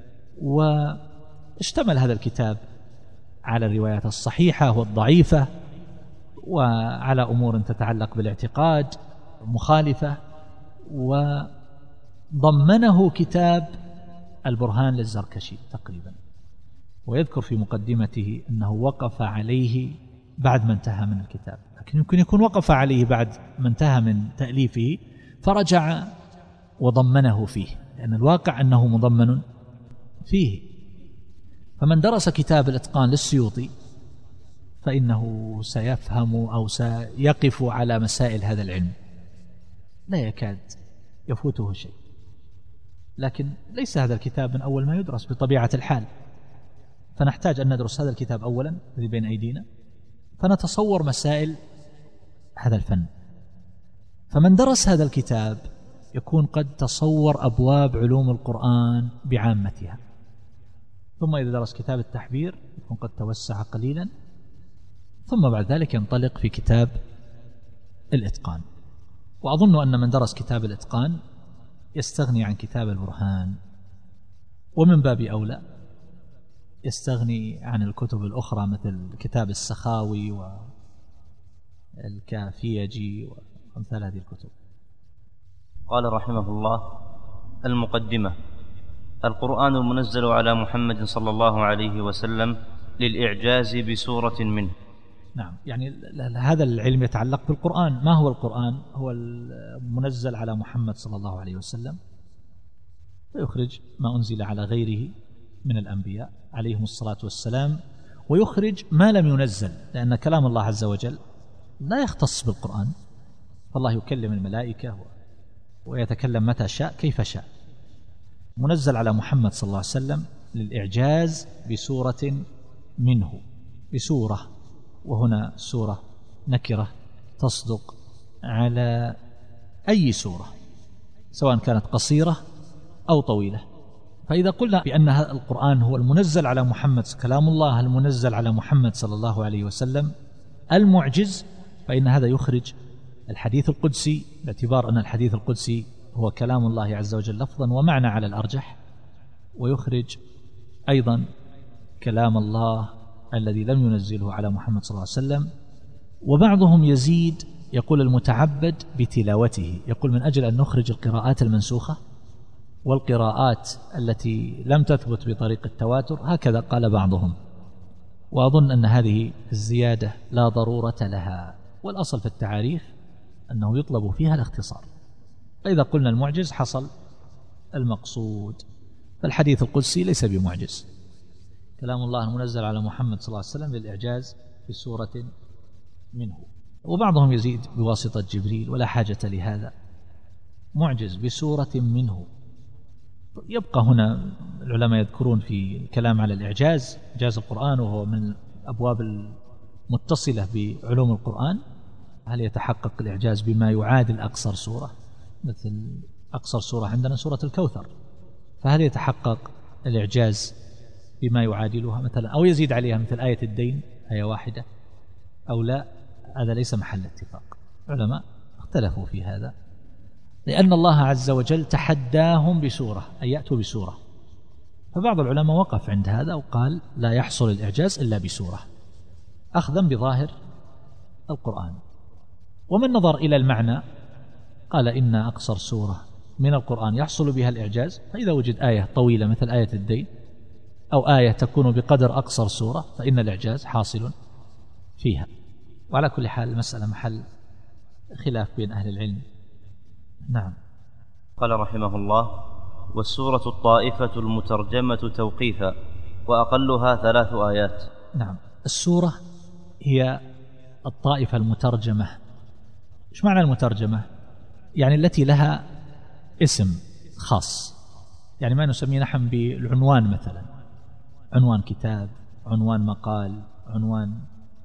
واشتمل هذا الكتاب على الروايات الصحيحة والضعيفة، وعلى أمور تتعلق بالاعتقاد مخالفة. وضمنه كتاب البرهان للزركشي تقريبا، ويذكر في مقدمته أنه وقف عليه بعد ما انتهى من الكتاب، لكن يمكن يكون وقف عليه بعد ما انتهى من تأليفه فرجع وضمنه فيه، لأن الواقع أنه مضمن فيه. فمن درس كتاب الإتقان للسيوطي فإنه سيفهم أو سيقف على مسائل هذا العلم، لا يكاد يفوته شيء. لكن ليس هذا الكتاب من أول ما يدرس بطبيعة الحال، فنحتاج أن ندرس هذا الكتاب أولا الذي بين أيدينا، فنتصور مسائل هذا الفن. فمن درس هذا الكتاب يكون قد تصور أبواب علوم القرآن بعامتها، ثم إذا درس كتاب التحبير يكون قد توسع قليلا، ثم بعد ذلك ينطلق في كتاب الإتقان. وأظن أن من درس كتاب الإتقان يستغني عن كتاب البرهان، ومن باب أولى يستغني عن الكتب الأخرى مثل كتاب السخاوي والكافيجي وأمثال هذه الكتب. قال رحمه الله: المقدمة. القرآن المنزل على محمد صلى الله عليه وسلم للإعجاز بسورة منه. نعم، يعني هذا العلم يتعلق بالقرآن. ما هو القرآن؟ هو المنزل على محمد صلى الله عليه وسلم، ويخرج ما أنزل على غيره من الأنبياء عليهم الصلاة والسلام، ويخرج ما لم ينزل، لأن كلام الله عز وجل لا يختص بالقرآن، فالله يكلم الملائكة ويتكلم متى شاء كيف شاء. منزل على محمد صلى الله عليه وسلم للإعجاز بسورة منه، بسورة، وهنا سورة نكرة تصدق على أي سورة سواء كانت قصيرة أو طويلة. فإذا قلنا بأن القرآن هو المنزل على محمد، كلام الله المنزل على محمد صلى الله عليه وسلم المعجز، فإن هذا يخرج الحديث القدسي، باعتبار أن الحديث القدسي هو كلام الله عز وجل لفظا ومعنى على الأرجح، ويخرج أيضا كلام الله الذي لم ينزله على محمد صلى الله عليه وسلم. وبعضهم يزيد يقول المتعبد بتلاوته، يقول من أجل أن نخرج القراءات المنسوخة والقراءات التي لم تثبت بطريق التواتر، هكذا قال بعضهم. وأظن أن هذه الزيادة لا ضرورة لها، والأصل في التعاريف أنه يطلب فيها الاختصار. فإذا قلنا المعجز حصل المقصود، فالحديث القدسي ليس بمعجز، كلام الله المنزل على محمد صلى الله عليه وسلم للإعجاز بسورة منه. وبعضهم يزيد بواسطة جبريل، ولا حاجة لهذا، معجز بسورة منه. يبقى هنا العلماء يذكرون في الكلام على الإعجاز، إعجاز القرآن وهو من الأبواب المتصلة بعلوم القرآن، هل يتحقق الإعجاز بما يعادل أقصر سورة؟ مثل أقصر سورة عندنا سورة الكوثر، فهل يتحقق الإعجاز بما يعادلها مثلا، أو يزيد عليها مثل آية الدين آية واحدة أو لا؟ هذا ليس محل اتفاق، علماء اختلفوا في هذا، لأن الله عز وجل تحداهم بسورة أن يأتوا بسورة، فبعض العلماء وقف عند هذا وقال لا يحصل الإعجاز إلا بسورة، أخذا بظاهر القرآن. ومن نظر إلى المعنى قال إن أقصر سورة من القرآن يحصل بها الإعجاز، فإذا وجد آية طويلة مثل آية الدين أو آية تكون بقدر أقصر سورة فإن الإعجاز حاصل فيها. وعلى كل حال المسألة محل خلاف بين أهل العلم. نعم. قال رحمه الله: والسورة الطائفة المترجمة توقيفا وأقلها 3 آيات. نعم، السورة هي الطائفة المترجمة. إيش معنى المترجمة؟ يعني التي لها اسم خاص، يعني ما نسميه نحن بالعنوان، مثلا عنوان كتاب، عنوان مقال، عنوان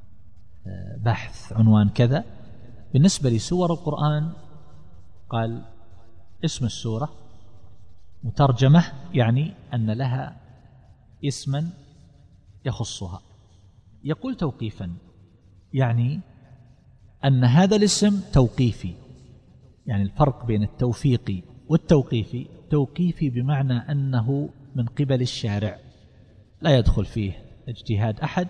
بحث، عنوان كذا. بالنسبة لسور القرآن قال اسم السورة مترجمة، يعني أن لها اسما يخصها. يقول توقيفا، يعني أن هذا الاسم توقيفي. يعني الفرق بين التوفيقي والتوقيفي: توقيفي بمعنى أنه من قبل الشارع، لا يدخل فيه اجتهاد أحد،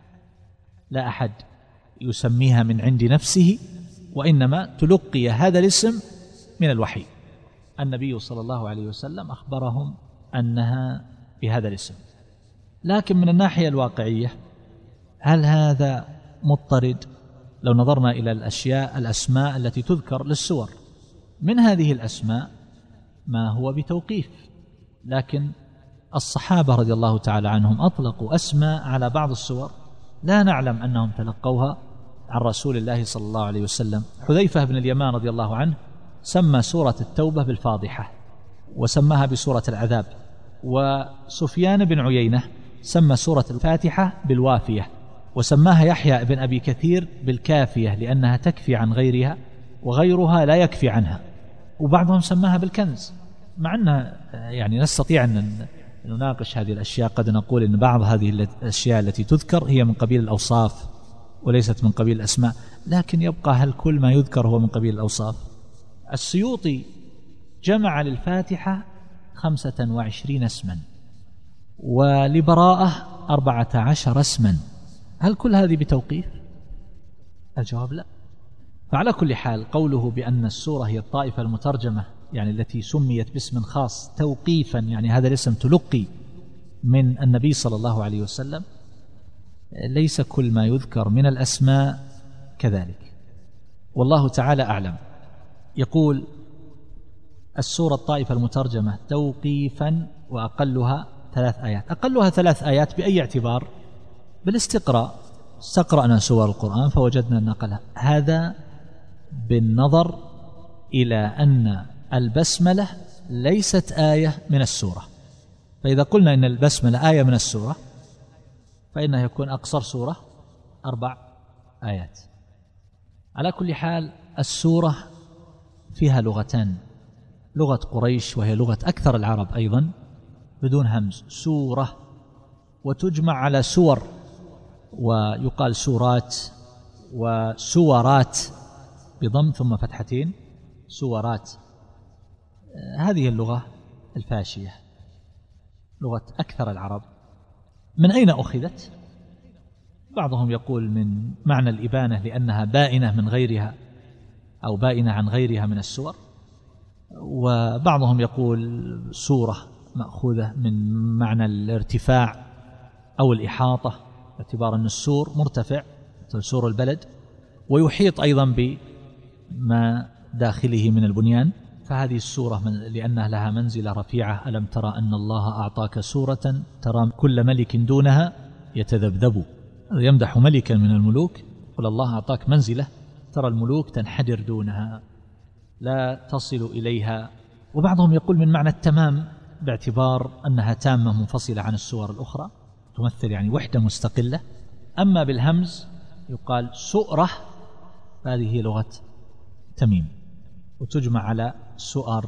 لا أحد يسميها من عند نفسه، وإنما تلقي هذا الاسم من الوحي. النبي صلى الله عليه وسلم أخبرهم أنها بهذا الاسم. لكن من الناحية الواقعية هل هذا مضطرد؟ لو نظرنا إلى الأسماء التي تذكر للسور، من هذه الأسماء ما هو بتوقيف، لكن الصحابة رضي الله تعالى عنهم أطلقوا أسماء على بعض السور لا نعلم أنهم تلقوها عن رسول الله صلى الله عليه وسلم. حذيفة بن اليمان رضي الله عنه سمى سورة التوبة بالفاضحة وسماها بسورة العذاب، وسفيان بن عيينة سمى سورة الفاتحة بالوافية، وسماها يحيى بن أبي كثير بالكافية لأنها تكفي عن غيرها وغيرها لا يكفي عنها، وبعضهم سماها بالكنز. مع أن يعني نستطيع أن نناقش هذه الأشياء، قد نقول أن بعض هذه الأشياء التي تذكر هي من قبيل الأوصاف وليست من قبيل الأسماء، لكن يبقى هل كل ما يذكر هو من قبيل الأوصاف؟ السيوطي جمع للفاتحة 25 اسما، ولبراءة 14 اسما. هل كل هذه بتوقيف؟ الجواب لا. فعلى كل حال قوله بأن السورة هي الطائفة المترجمة، يعني التي سميت باسم خاص توقيفا، يعني هذا الاسم تلقي من النبي صلى الله عليه وسلم، ليس كل ما يذكر من الأسماء كذلك، والله تعالى أعلم. يقول السورة الطائفة المترجمة توقيفا وأقلها 3 آيات. أقلها 3 آيات بأي اعتبار؟ بالاستقراء. استقرأنا سور القرآن فوجدنا أن أقلها، هذا بالنظر إلى أن البسملة ليست آية من السورة. فإذا قلنا إن البسملة آية من السورة فإنه يكون أقصر سورة 4 آيات. على كل حال السورة فيها لغتان: لغة قريش وهي لغة أكثر العرب أيضا بدون همز، سورة، وتجمع على سور، ويقال سورات وسورات بضم ثم فتحتين، سورات. هذه اللغة الفاشية لغة أكثر العرب. من أين أخذت؟ بعضهم يقول من معنى الإبانة لأنها بائنة من غيرها أو بائنة عن غيرها من السور، وبعضهم يقول سورة مأخوذة من معنى الارتفاع أو الإحاطة، باعتبار أن السور مرتفع سور البلد ويحيط أيضا بما داخله من البنيان، فهذه السورة لأنها لها منزلة رفيعة. ألم ترى أن الله أعطاك سورة ترى كل ملك دونها يتذبذب، يمدح ملكا من الملوك، قل الله أعطاك منزلة ترى الملوك تنحدر دونها لا تصل إليها. وبعضهم يقول من معنى التمام باعتبار أنها تامة منفصلة عن السور الأخرى، تمثل يعني وحدة مستقلة. أما بالهمز يقال سؤرة، هذه هي لغة تميم وتجمع على سؤر،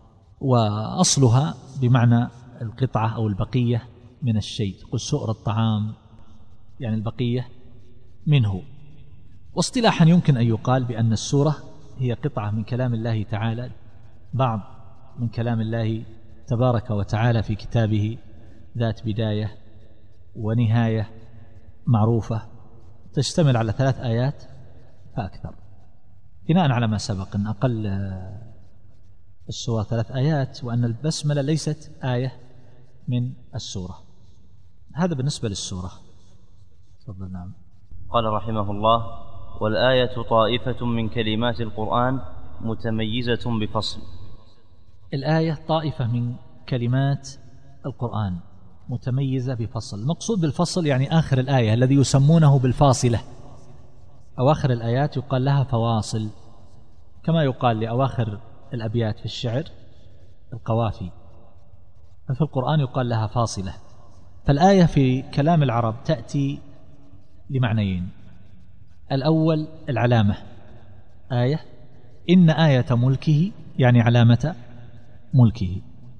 وأصلها بمعنى القطعة أو البقية من الشيء، قل سؤر الطعام يعني البقية منه. واصطلاحا يمكن أن يقال بأن السورة هي قطعة من كلام الله تعالى، بعض من كلام الله تبارك وتعالى في كتابه، ذات بداية ونهاية معروفة، تشتمل على 3 آيات فأكثر، بناء على ما سبق أن أقل السورة 3 آيات، وأن البسملة ليست آية من السورة. هذا بالنسبة للسورة. تفضل. نعم. قال رحمه الله: والآية طائفة من كلمات القرآن متميزة بفصل. الآية طائفة من كلمات القرآن متميزة بفصل. المقصود بالفصل يعني آخر الآية الذي يسمونه بالفاصلة. أواخر الآيات يقال لها فواصل، كما يقال لأواخر الأبيات في الشعر القوافي، ففي القرآن يقال لها فاصلة. فالآية في كلام العرب تأتي لمعنيين: الأول العلامة، آية إن آية ملكه يعني علامة ملكه.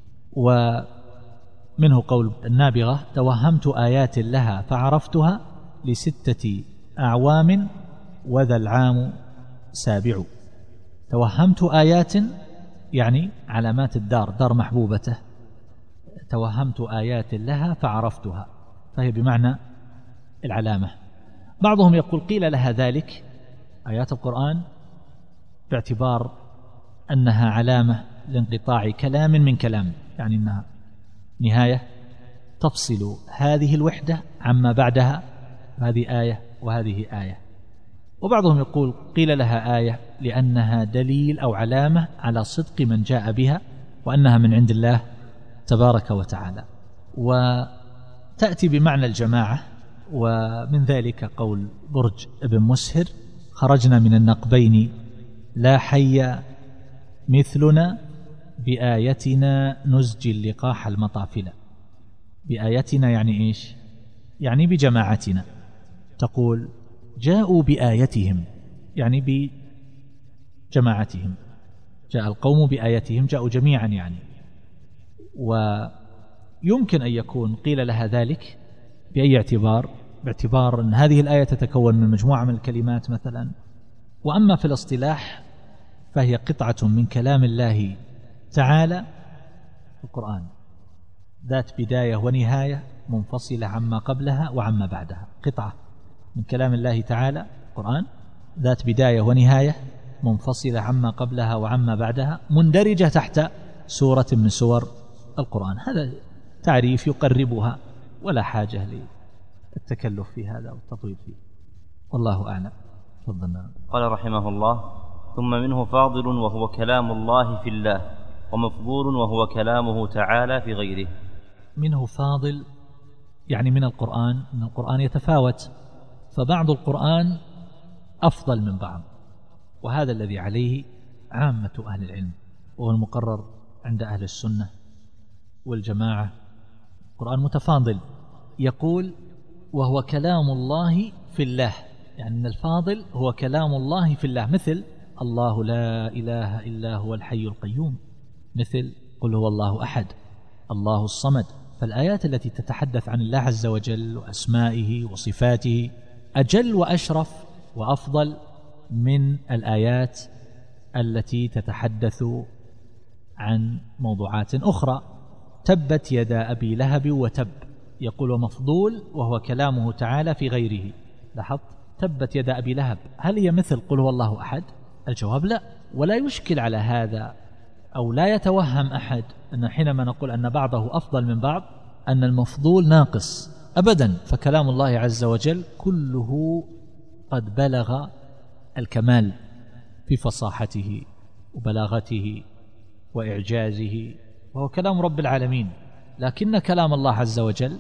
ومنه قول النابغة: توهمت آيات لها فعرفتها ل6 أعوام وذا العام سابع. توهمت آيات يعني علامات الدار، دار محبوبته، توهمت آيات لها فعرفتها، فهي بمعنى العلامة. بعضهم يقول قيل لها ذلك آيات القرآن باعتبار أنها علامة لانقطاع كلام من كلام، يعني أنها نهاية تفصل هذه الوحدة عما بعدها، هذه آية وهذه آية. وبعضهم يقول قيل لها آية لأنها دليل أو علامة على صدق من جاء بها وأنها من عند الله تبارك وتعالى. وتأتي بمعنى الجماعة، ومن ذلك قول برج ابن مسهر: خرجنا من النقبين لا حي مثلنا بآيتنا نزجي اللقاح المطافلة. بآيتنا يعني إيش؟ يعني بجماعتنا. تقول جاءوا بآيتهم يعني بجماعتهم، جاء القوم بآيتهم، جاءوا جميعا يعني. ويمكن أن يكون قيل لها ذلك بأي اعتبار؟ باعتبار أن هذه الآية تتكون من مجموعة من الكلمات مثلا. وأما في الاصطلاح فهي قطعة من كلام الله تعالى القرآن، ذات بداية ونهاية منفصلة عما قبلها وعما بعدها. قطعة من كلام الله تعالى القرآن ذات بداية ونهاية منفصلة عما قبلها وعما بعدها، مندرجة تحت سورة من سور القرآن. هذا تعريف يقربها، ولا حاجة للتكلف في هذا والتطويل فيه، والله أعلم. تفضلنا. قال رحمه الله: ثم منه فاضل وهو كلام الله في الله، ومفضول وهو كلامه تعالى في غيره. منه فاضل يعني من القرآن، من القرآن يتفاوت، فبعض القرآن أفضل من بعض، وهذا الذي عليه عامة أهل العلم، وهو المقرر عند أهل السنة والجماعة. القرآن متفاضل. يقول وهو كلام الله في الله، يعني من الفاضل هو كلام الله في الله، مثل الله لا إله إلا هو الحي القيوم، مثل قل هو الله أحد، الله الصمد. فالآيات التي تتحدث عن الله عز وجل وأسمائه وصفاته أجل وأشرف وأفضل من الآيات التي تتحدث عن موضوعات أخرى. تبت يدا أبي لهب وتب، يقول ومفضول وهو كلامه تعالى في غيره. لاحظت تبت يدا أبي لهب، هل هي مثل قل هو الله أحد؟ الجواب لا. ولا يشكل على هذا أو لا يتوهم أحد أن حينما نقول أن بعضه أفضل من بعض أن المفضول ناقص أبدا، فكلام الله عز وجل كله قد بلغ الكمال في فصاحته وبلاغته وإعجازه، وهو كلام رب العالمين. لكن كلام الله عز وجل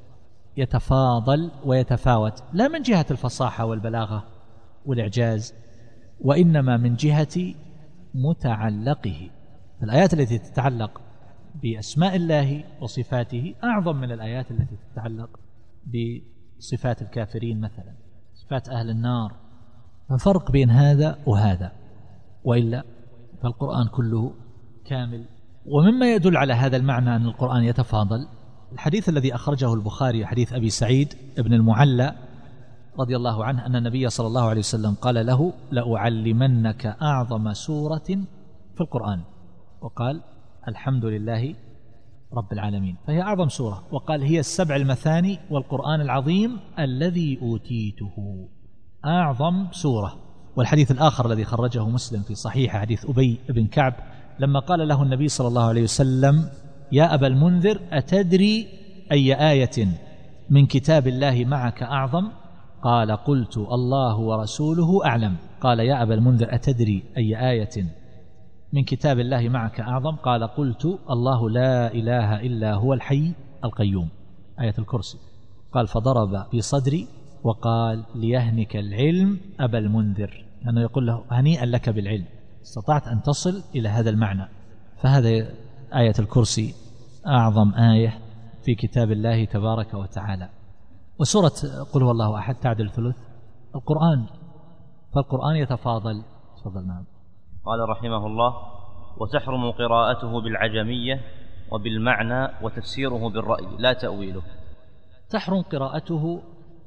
يتفاضل ويتفاوت، لا من جهة الفصاحة والبلاغة والإعجاز، وإنما من جهة متعلقه. الآيات التي تتعلق بأسماء الله وصفاته أعظم من الآيات التي تتعلق بصفات الكافرين مثلا، صفات أهل النار. ففرق بين هذا وهذا، وإلا فالقرآن كله كامل. ومما يدل على هذا المعنى أن القرآن يتفاضل الحديث الذي أخرجه البخاري، حديث أبي سعيد ابن المعلى رضي الله عنه أن النبي صلى الله عليه وسلم قال له لأعلمنك أعظم سورة في القرآن، وقال الحمد لله رب العالمين، فهي أعظم سورة. وقال هي 7 المثاني والقرآن العظيم الذي أوتيته، أعظم سورة. والحديث الآخر الذي خرجه مسلم في صحيح حديث أبي بن كعب لما قال له النبي صلى الله عليه وسلم يا أبا المنذر أتدري أي آية من كتاب الله معك أعظم؟ قال قلت الله ورسوله أعلم. قال يا أبا المنذر أتدري أي آية من كتاب الله معك أعظم؟ قال قلت الله لا إله إلا هو الحي القيوم، آية الكرسي. قال فضرب في صدري وقال ليهنك العلم أبا المنذر، لأنه يقول له هنيئا لك بالعلم، استطعت أن تصل إلى هذا المعنى. فهذا آية الكرسي أعظم آية في كتاب الله تبارك وتعالى. وسورة قل هو الله أحد تعدل ثلث القرآن، فالقرآن يتفاضل. تفضل. نعم. قال رحمه الله: وتحرم قراءته بالعجمية وبالمعنى وتفسيره بالرأي لا تأويله. تحرم قراءته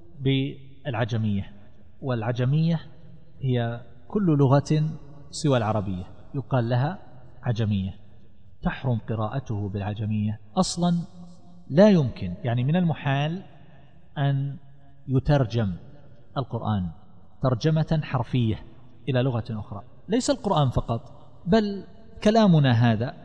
بالعجمية، والعجمية هي كل لغة سوى العربية يقال لها عجمية. تحرم قراءته بالعجمية. أصلا لا يمكن، يعني من المحال أن يترجم القرآن ترجمة حرفية إلى لغة أخرى. ليس القرآن فقط، بل كلامنا هذا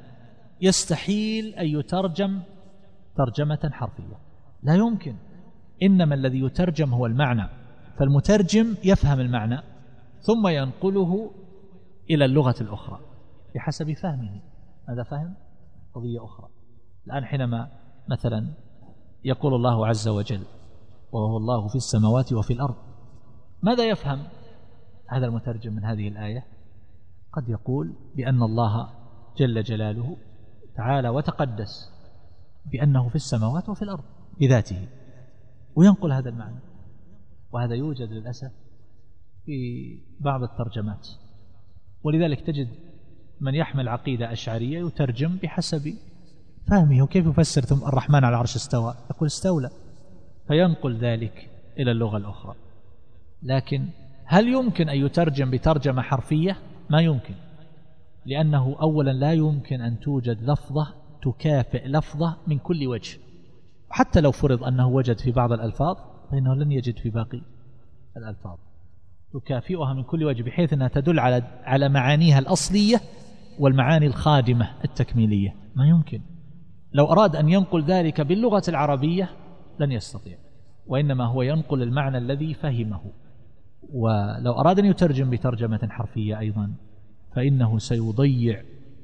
يستحيل أن يترجم ترجمة حرفية، لا يمكن. إنما الذي يترجم هو المعنى، فالمترجم يفهم المعنى ثم ينقله إلى اللغة الأخرى بحسب فهمه. هذا فهم قضية أخرى. الآن حينما مثلا يقول الله عز وجل وهو الله في السماوات وفي الأرض، ماذا يفهم هذا المترجم من هذه الآية؟ قد يقول بأن الله جل جلاله تعالى وتقدس بأنه في السماوات وفي الأرض بذاته، وينقل هذا المعنى. وهذا يوجد للأسف في بعض الترجمات، ولذلك تجد من يحمل عقيدة أشعرية يترجم بحسب فهمه. وكيف يفسر ثم الرحمن على العرش استوى؟ يقول استولى، فينقل ذلك إلى اللغة الأخرى. لكن هل يمكن أن يترجم بترجمة حرفية؟ ما يمكن، لأنه أولا لا يمكن أن توجد لفظة تكافئ لفظة من كل وجه. حتى لو فرض أنه وجد في بعض الألفاظ فإنه لن يجد في باقي الألفاظ تكافئها من كل وجه، بحيث أنها تدل على معانيها الأصلية والمعاني الخادمة التكميلية. ما يمكن. لو أراد أن ينقل ذلك باللغة العربية لن يستطيع، وإنما هو ينقل المعنى الذي فهمه. ولو أراد أن يترجم بترجمة حرفية أيضا فإنه سيضيع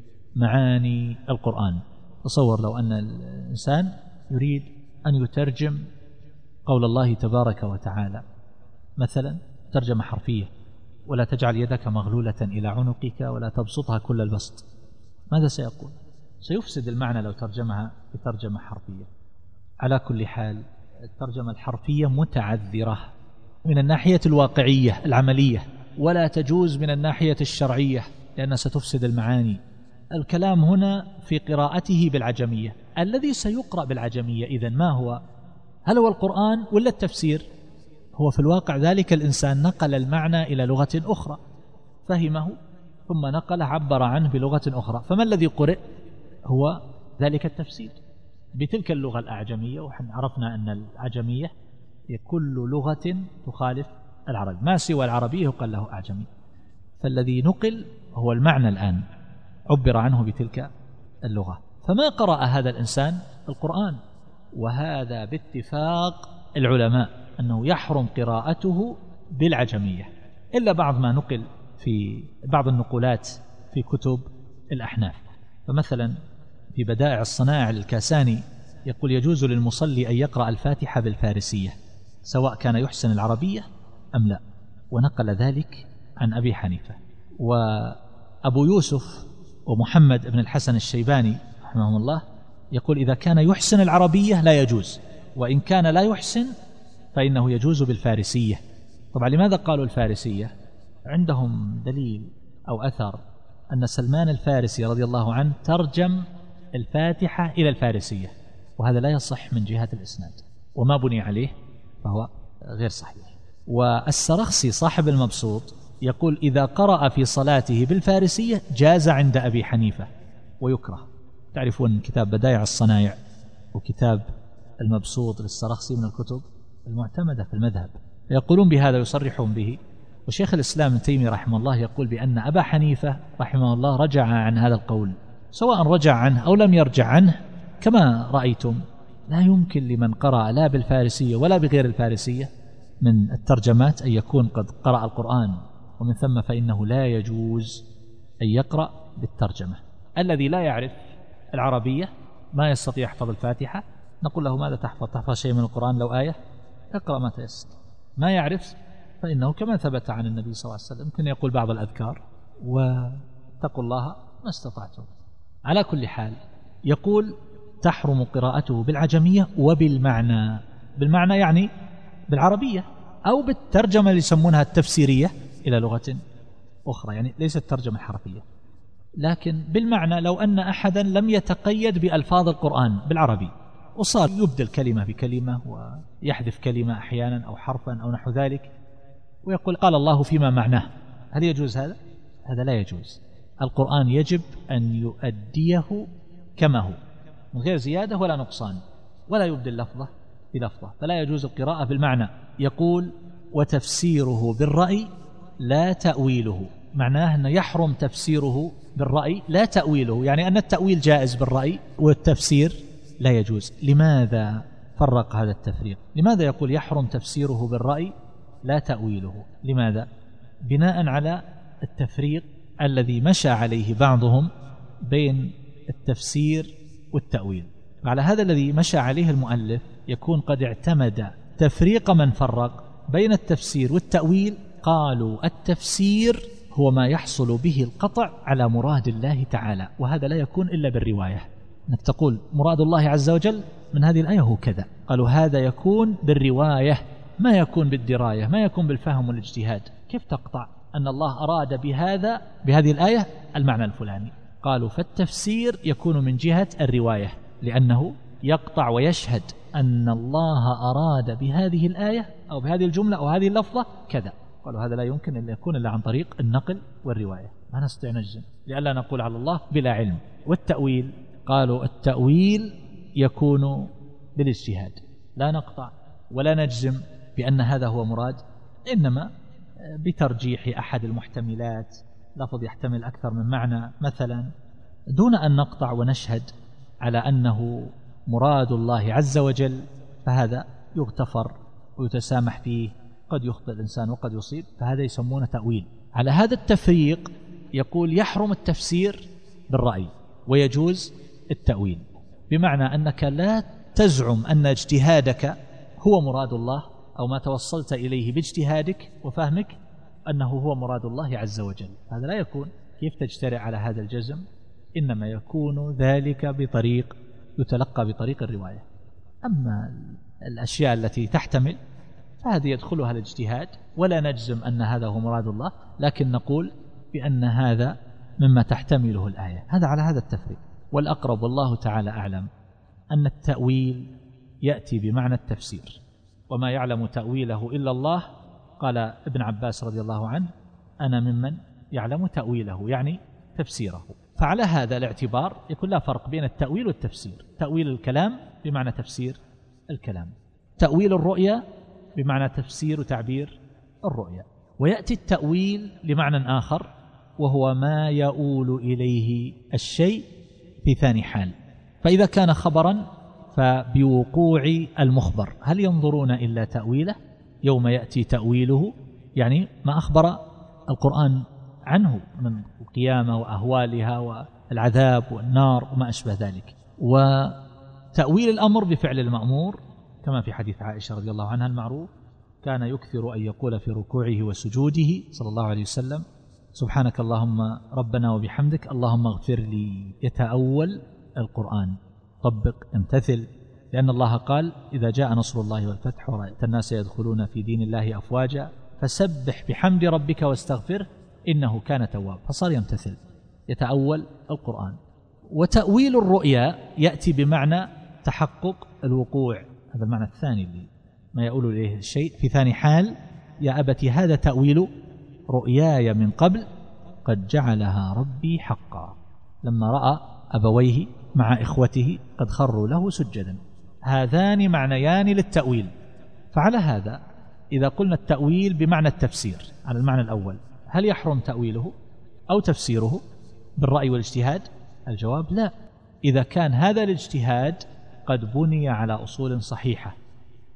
معاني القرآن. تصور لو أن الإنسان يريد أن يترجم قول الله تبارك وتعالى مثلا ترجمة حرفية: ولا تجعل يدك مغلولة إلى عنقك ولا تبسطها كل البسط، ماذا سيقول؟ سيفسد المعنى لو ترجمها بترجمة حرفية. على كل حال الترجمة الحرفية متعذرة من الناحية الواقعية العملية، ولا تجوز من الناحية الشرعية لأنها ستفسد المعاني. الكلام هنا في قراءته بالعجمية. الذي سيقرأ بالعجمية إذن ما هو؟ هل هو القرآن ولا التفسير؟ هو في الواقع ذلك الإنسان نقل المعنى إلى لغة أخرى، فهمه ثم نقل عبر عنه بلغة أخرى. فما الذي قرئ؟ هو ذلك التفسير بتلك اللغة الأعجمية. وحن عرفنا أن العجمية هي كل لغة تخالف العرب، ما سوى العربية يقال له أعجمي. فالذي نقل هو المعنى الآن عبر عنه بتلك اللغة. فما قرأ هذا الإنسان القرآن، وهذا باتفاق العلماء أنه يحرم قراءته بالعجمية، إلا بعض ما نقل في بعض النقولات في كتب الأحناف. فمثلا في بدائع الصنائع الكاساني يقول يجوز للمصلي أن يقرأ الفاتحة بالفارسية سواء كان يحسن العربية أم لا، ونقل ذلك عن أبي حنيفة. وأبو يوسف ومحمد بن الحسن الشيباني رحمه الله يقول إذا كان يحسن العربية لا يجوز، وإن كان لا يحسن فإنه يجوز بالفارسية. طبعا لماذا قالوا الفارسية؟ عندهم دليل أو أثر أن سلمان الفارسي رضي الله عنه ترجم الفاتحة إلى الفارسية، وهذا لا يصح من جهة الإسناد، وما بني عليه فهو غير صحيح. والسرخسي صاحب المبسوط يقول إذا قرأ في صلاته بالفارسية جاز عند أبي حنيفة ويكره. تعرفون كتاب بدائع الصنائع وكتاب المبسوط للسرخسي من الكتب المعتمدة في المذهب، يقولون بهذا يصرحون به. وشيخ الإسلام ابن تيمية رحمه الله يقول بأن أبا حنيفة رحمه الله رجع عن هذا القول، سواء رجع عنه أو لم يرجع عنه كما رأيتم. لا يمكن لمن قرأ لا بالفارسية ولا بغير الفارسية من الترجمات أن يكون قد قرأ القرآن، ومن ثم فإنه لا يجوز أن يقرأ بالترجمة. الذي لا يعرف العربية ما يستطيع يحفظ الفاتحة نقول له ماذا تحفظ شيء من القرآن؟ لو آية اقرأ ما تيسر. ما يعرف فإنه كما ثبت عن النبي صلى الله عليه وسلم يمكن يقول بعض الأذكار واتقوا الله ما استطعتم. على كل حال يقول تحرم قراءته بالعجمية وبالمعنى. بالمعنى يعني بالعربية أو بالترجمة اللي يسمونها التفسيرية إلى لغة أخرى، يعني ليست الترجمة الحرفية، لكن بالمعنى. لو أن أحدا لم يتقيد بألفاظ القرآن بالعربي وصار يبدل كلمة بكلمة ويحذف كلمة أحيانا أو حرفا أو نحو ذلك ويقول قال الله فيما معناه، هل يجوز هذا؟ هذا لا يجوز. القرآن يجب أن يؤديه كما هو من غير زيادة ولا نقصان، ولا يبدل لفظة بلفظة، فلا يجوز القراءة بالمعنى. يقول وتفسيره بالرأي لا تأويله، معناه أنه يحرم تفسيره بالرأي لا تأويله، يعني أن التأويل جائز بالرأي والتفسير لا يجوز. لماذا فرق هذا التفريق؟ لماذا يقول يحرم تفسيره بالرأي لا تأويله؟ لماذا؟ بناء على التفريق الذي مشى عليه بعضهم بين التفسير والتأويل. على هذا الذي مشى عليه المؤلف يكون قد اعتمد تفريق من فرق بين التفسير والتأويل. قالوا التفسير هو ما يحصل به القطع على مراد الله تعالى، وهذا لا يكون إلا بالرواية، أنك تقول مراد الله عز وجل من هذه الآية هو كذا. قالوا هذا يكون بالرواية، ما يكون بالدراية، ما يكون بالفهم والاجتهاد. كيف تقطع أن الله أراد بهذه الآية المعنى الفلاني؟ قالوا فالتفسير يكون من جهة الرواية، لأنه يقطع ويشهد أن الله أراد بهذه الآية أو بهذه الجملة أو هذه اللفظة كذا. قالوا هذا لا يمكن أن يكون إلا عن طريق النقل والرواية، ما نستطيع نجزم لئلا نقول على الله بلا علم. والتأويل قالوا التأويل يكون بالاجتهاد، لا نقطع ولا نجزم بأن هذا هو مراد، إنما بترجيح أحد المحتملات، لفظ يحتمل أكثر من معنى مثلا، دون أن نقطع ونشهد على أنه مراد الله عز وجل، فهذا يغتفر ويتسامح فيه. قد يخطئ الإنسان وقد يصيب، فهذا يسمونه تأويل. على هذا التفريق يقول يحرم التفسير بالرأي ويجوز التأويل، بمعنى أنك لا تزعم أن اجتهادك هو مراد الله أو ما توصلت إليه باجتهادك وفهمك أنه هو مراد الله عز وجل، هذا لا يكون. كيف تجترئ على هذا الجزم؟ إنما يكون ذلك بطريق يتلقى بطريق الرواية. أما الأشياء التي تحتمل فهذه يدخلها الاجتهاد، ولا نجزم أن هذا هو مراد الله، لكن نقول بأن هذا مما تحتمله الآية. هذا على هذا التفريق. والأقرب والله تعالى أعلم أن التأويل يأتي بمعنى التفسير، وما يعلم تأويله إلا الله. قال ابن عباس رضي الله عنه أنا ممن يعلم تأويله، يعني تفسيره. فعلى هذا الاعتبار يكون لا فرق بين التأويل والتفسير. تأويل الكلام بمعنى تفسير الكلام، تأويل الرؤيا بمعنى تفسير وتعبير الرؤيا. ويأتي التأويل لمعنى آخر وهو ما يؤول إليه الشيء في ثاني حال. فإذا كان خبرا فبوقوع المخبر، هل ينظرون إلا تأويله يوم يأتي تأويله، يعني ما أخبر القرآن عنه من القيامة وأهوالها والعذاب والنار وما أشبه ذلك. وتأويل الأمر بفعل المأمور كما في حديث عائشة رضي الله عنها المعروف، كان يكثر أن يقول في ركوعه وسجوده صلى الله عليه وسلم سبحانك اللهم ربنا وبحمدك اللهم اغفر لي. يتأول القرآن، طبق، امتثل، لأن الله قال إذا جاء نصر الله والفتح ورأيت الناس يدخلون في دين الله أفواجا فسبح بحمد ربك واستغفره إنه كان تواب، فصار يمتثل، يتأول القرآن. وتأويل الرؤيا يأتي بمعنى تحقق الوقوع، هذا المعنى الثاني اللي ما يؤول إليه الشيء في ثاني حال. يا أبت هذا تأويل رؤياي من قبل قد جعلها ربي حقا، لما رأى أبويه مع إخوته قد خروا له سجدا. هذان معنيان للتأويل. فعلى هذا إذا قلنا التأويل بمعنى التفسير على المعنى الأول، هل يحرم تأويله أو تفسيره بالرأي والاجتهاد؟ الجواب لا، إذا كان هذا الاجتهاد قد بني على أصول صحيحة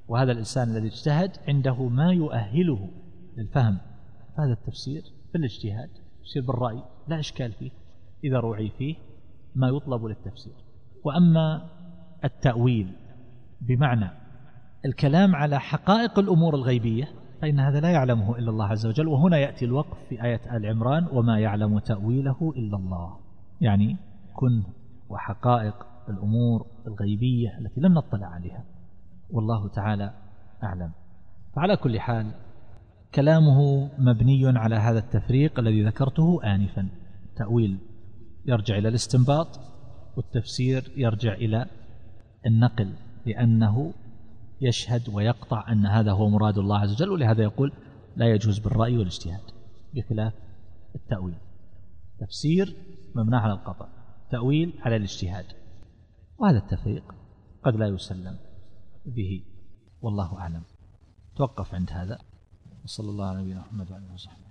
وهذا الإنسان الذي اجتهد عنده ما يؤهله للفهم. هذا التفسير بالاجتهاد يصير بالرأي لا إشكال فيه إذا روعي فيه ما يطلب للتفسير. وأما التأويل بمعنى الكلام على حقائق الأمور الغيبية فإن هذا لا يعلمه إلا الله عز وجل. وهنا يأتي الوقف في آية آل عمران وما يعلم تأويله إلا الله، يعني كن وحقائق الأمور الغيبية التي لم نطلع عليها والله تعالى أعلم. فعلى كل حال كلامه مبني على هذا التفريق الذي ذكرته آنفا. تأويل يرجع إلى الاستنباط، والتفسير يرجع إلى النقل، لأنه يشهد ويقطع أن هذا هو مراد الله عز وجل، ولهذا يقول لا يجوز بالرأي والاجتهاد، بخلاف التأويل. تفسير مبنى على القطع، تأويل على الاجتهاد، وهذا التفريق قد لا يسلم به والله أعلم. توقف عند هذا، وصلى الله على نبينا محمد وعلى آله وصحبه.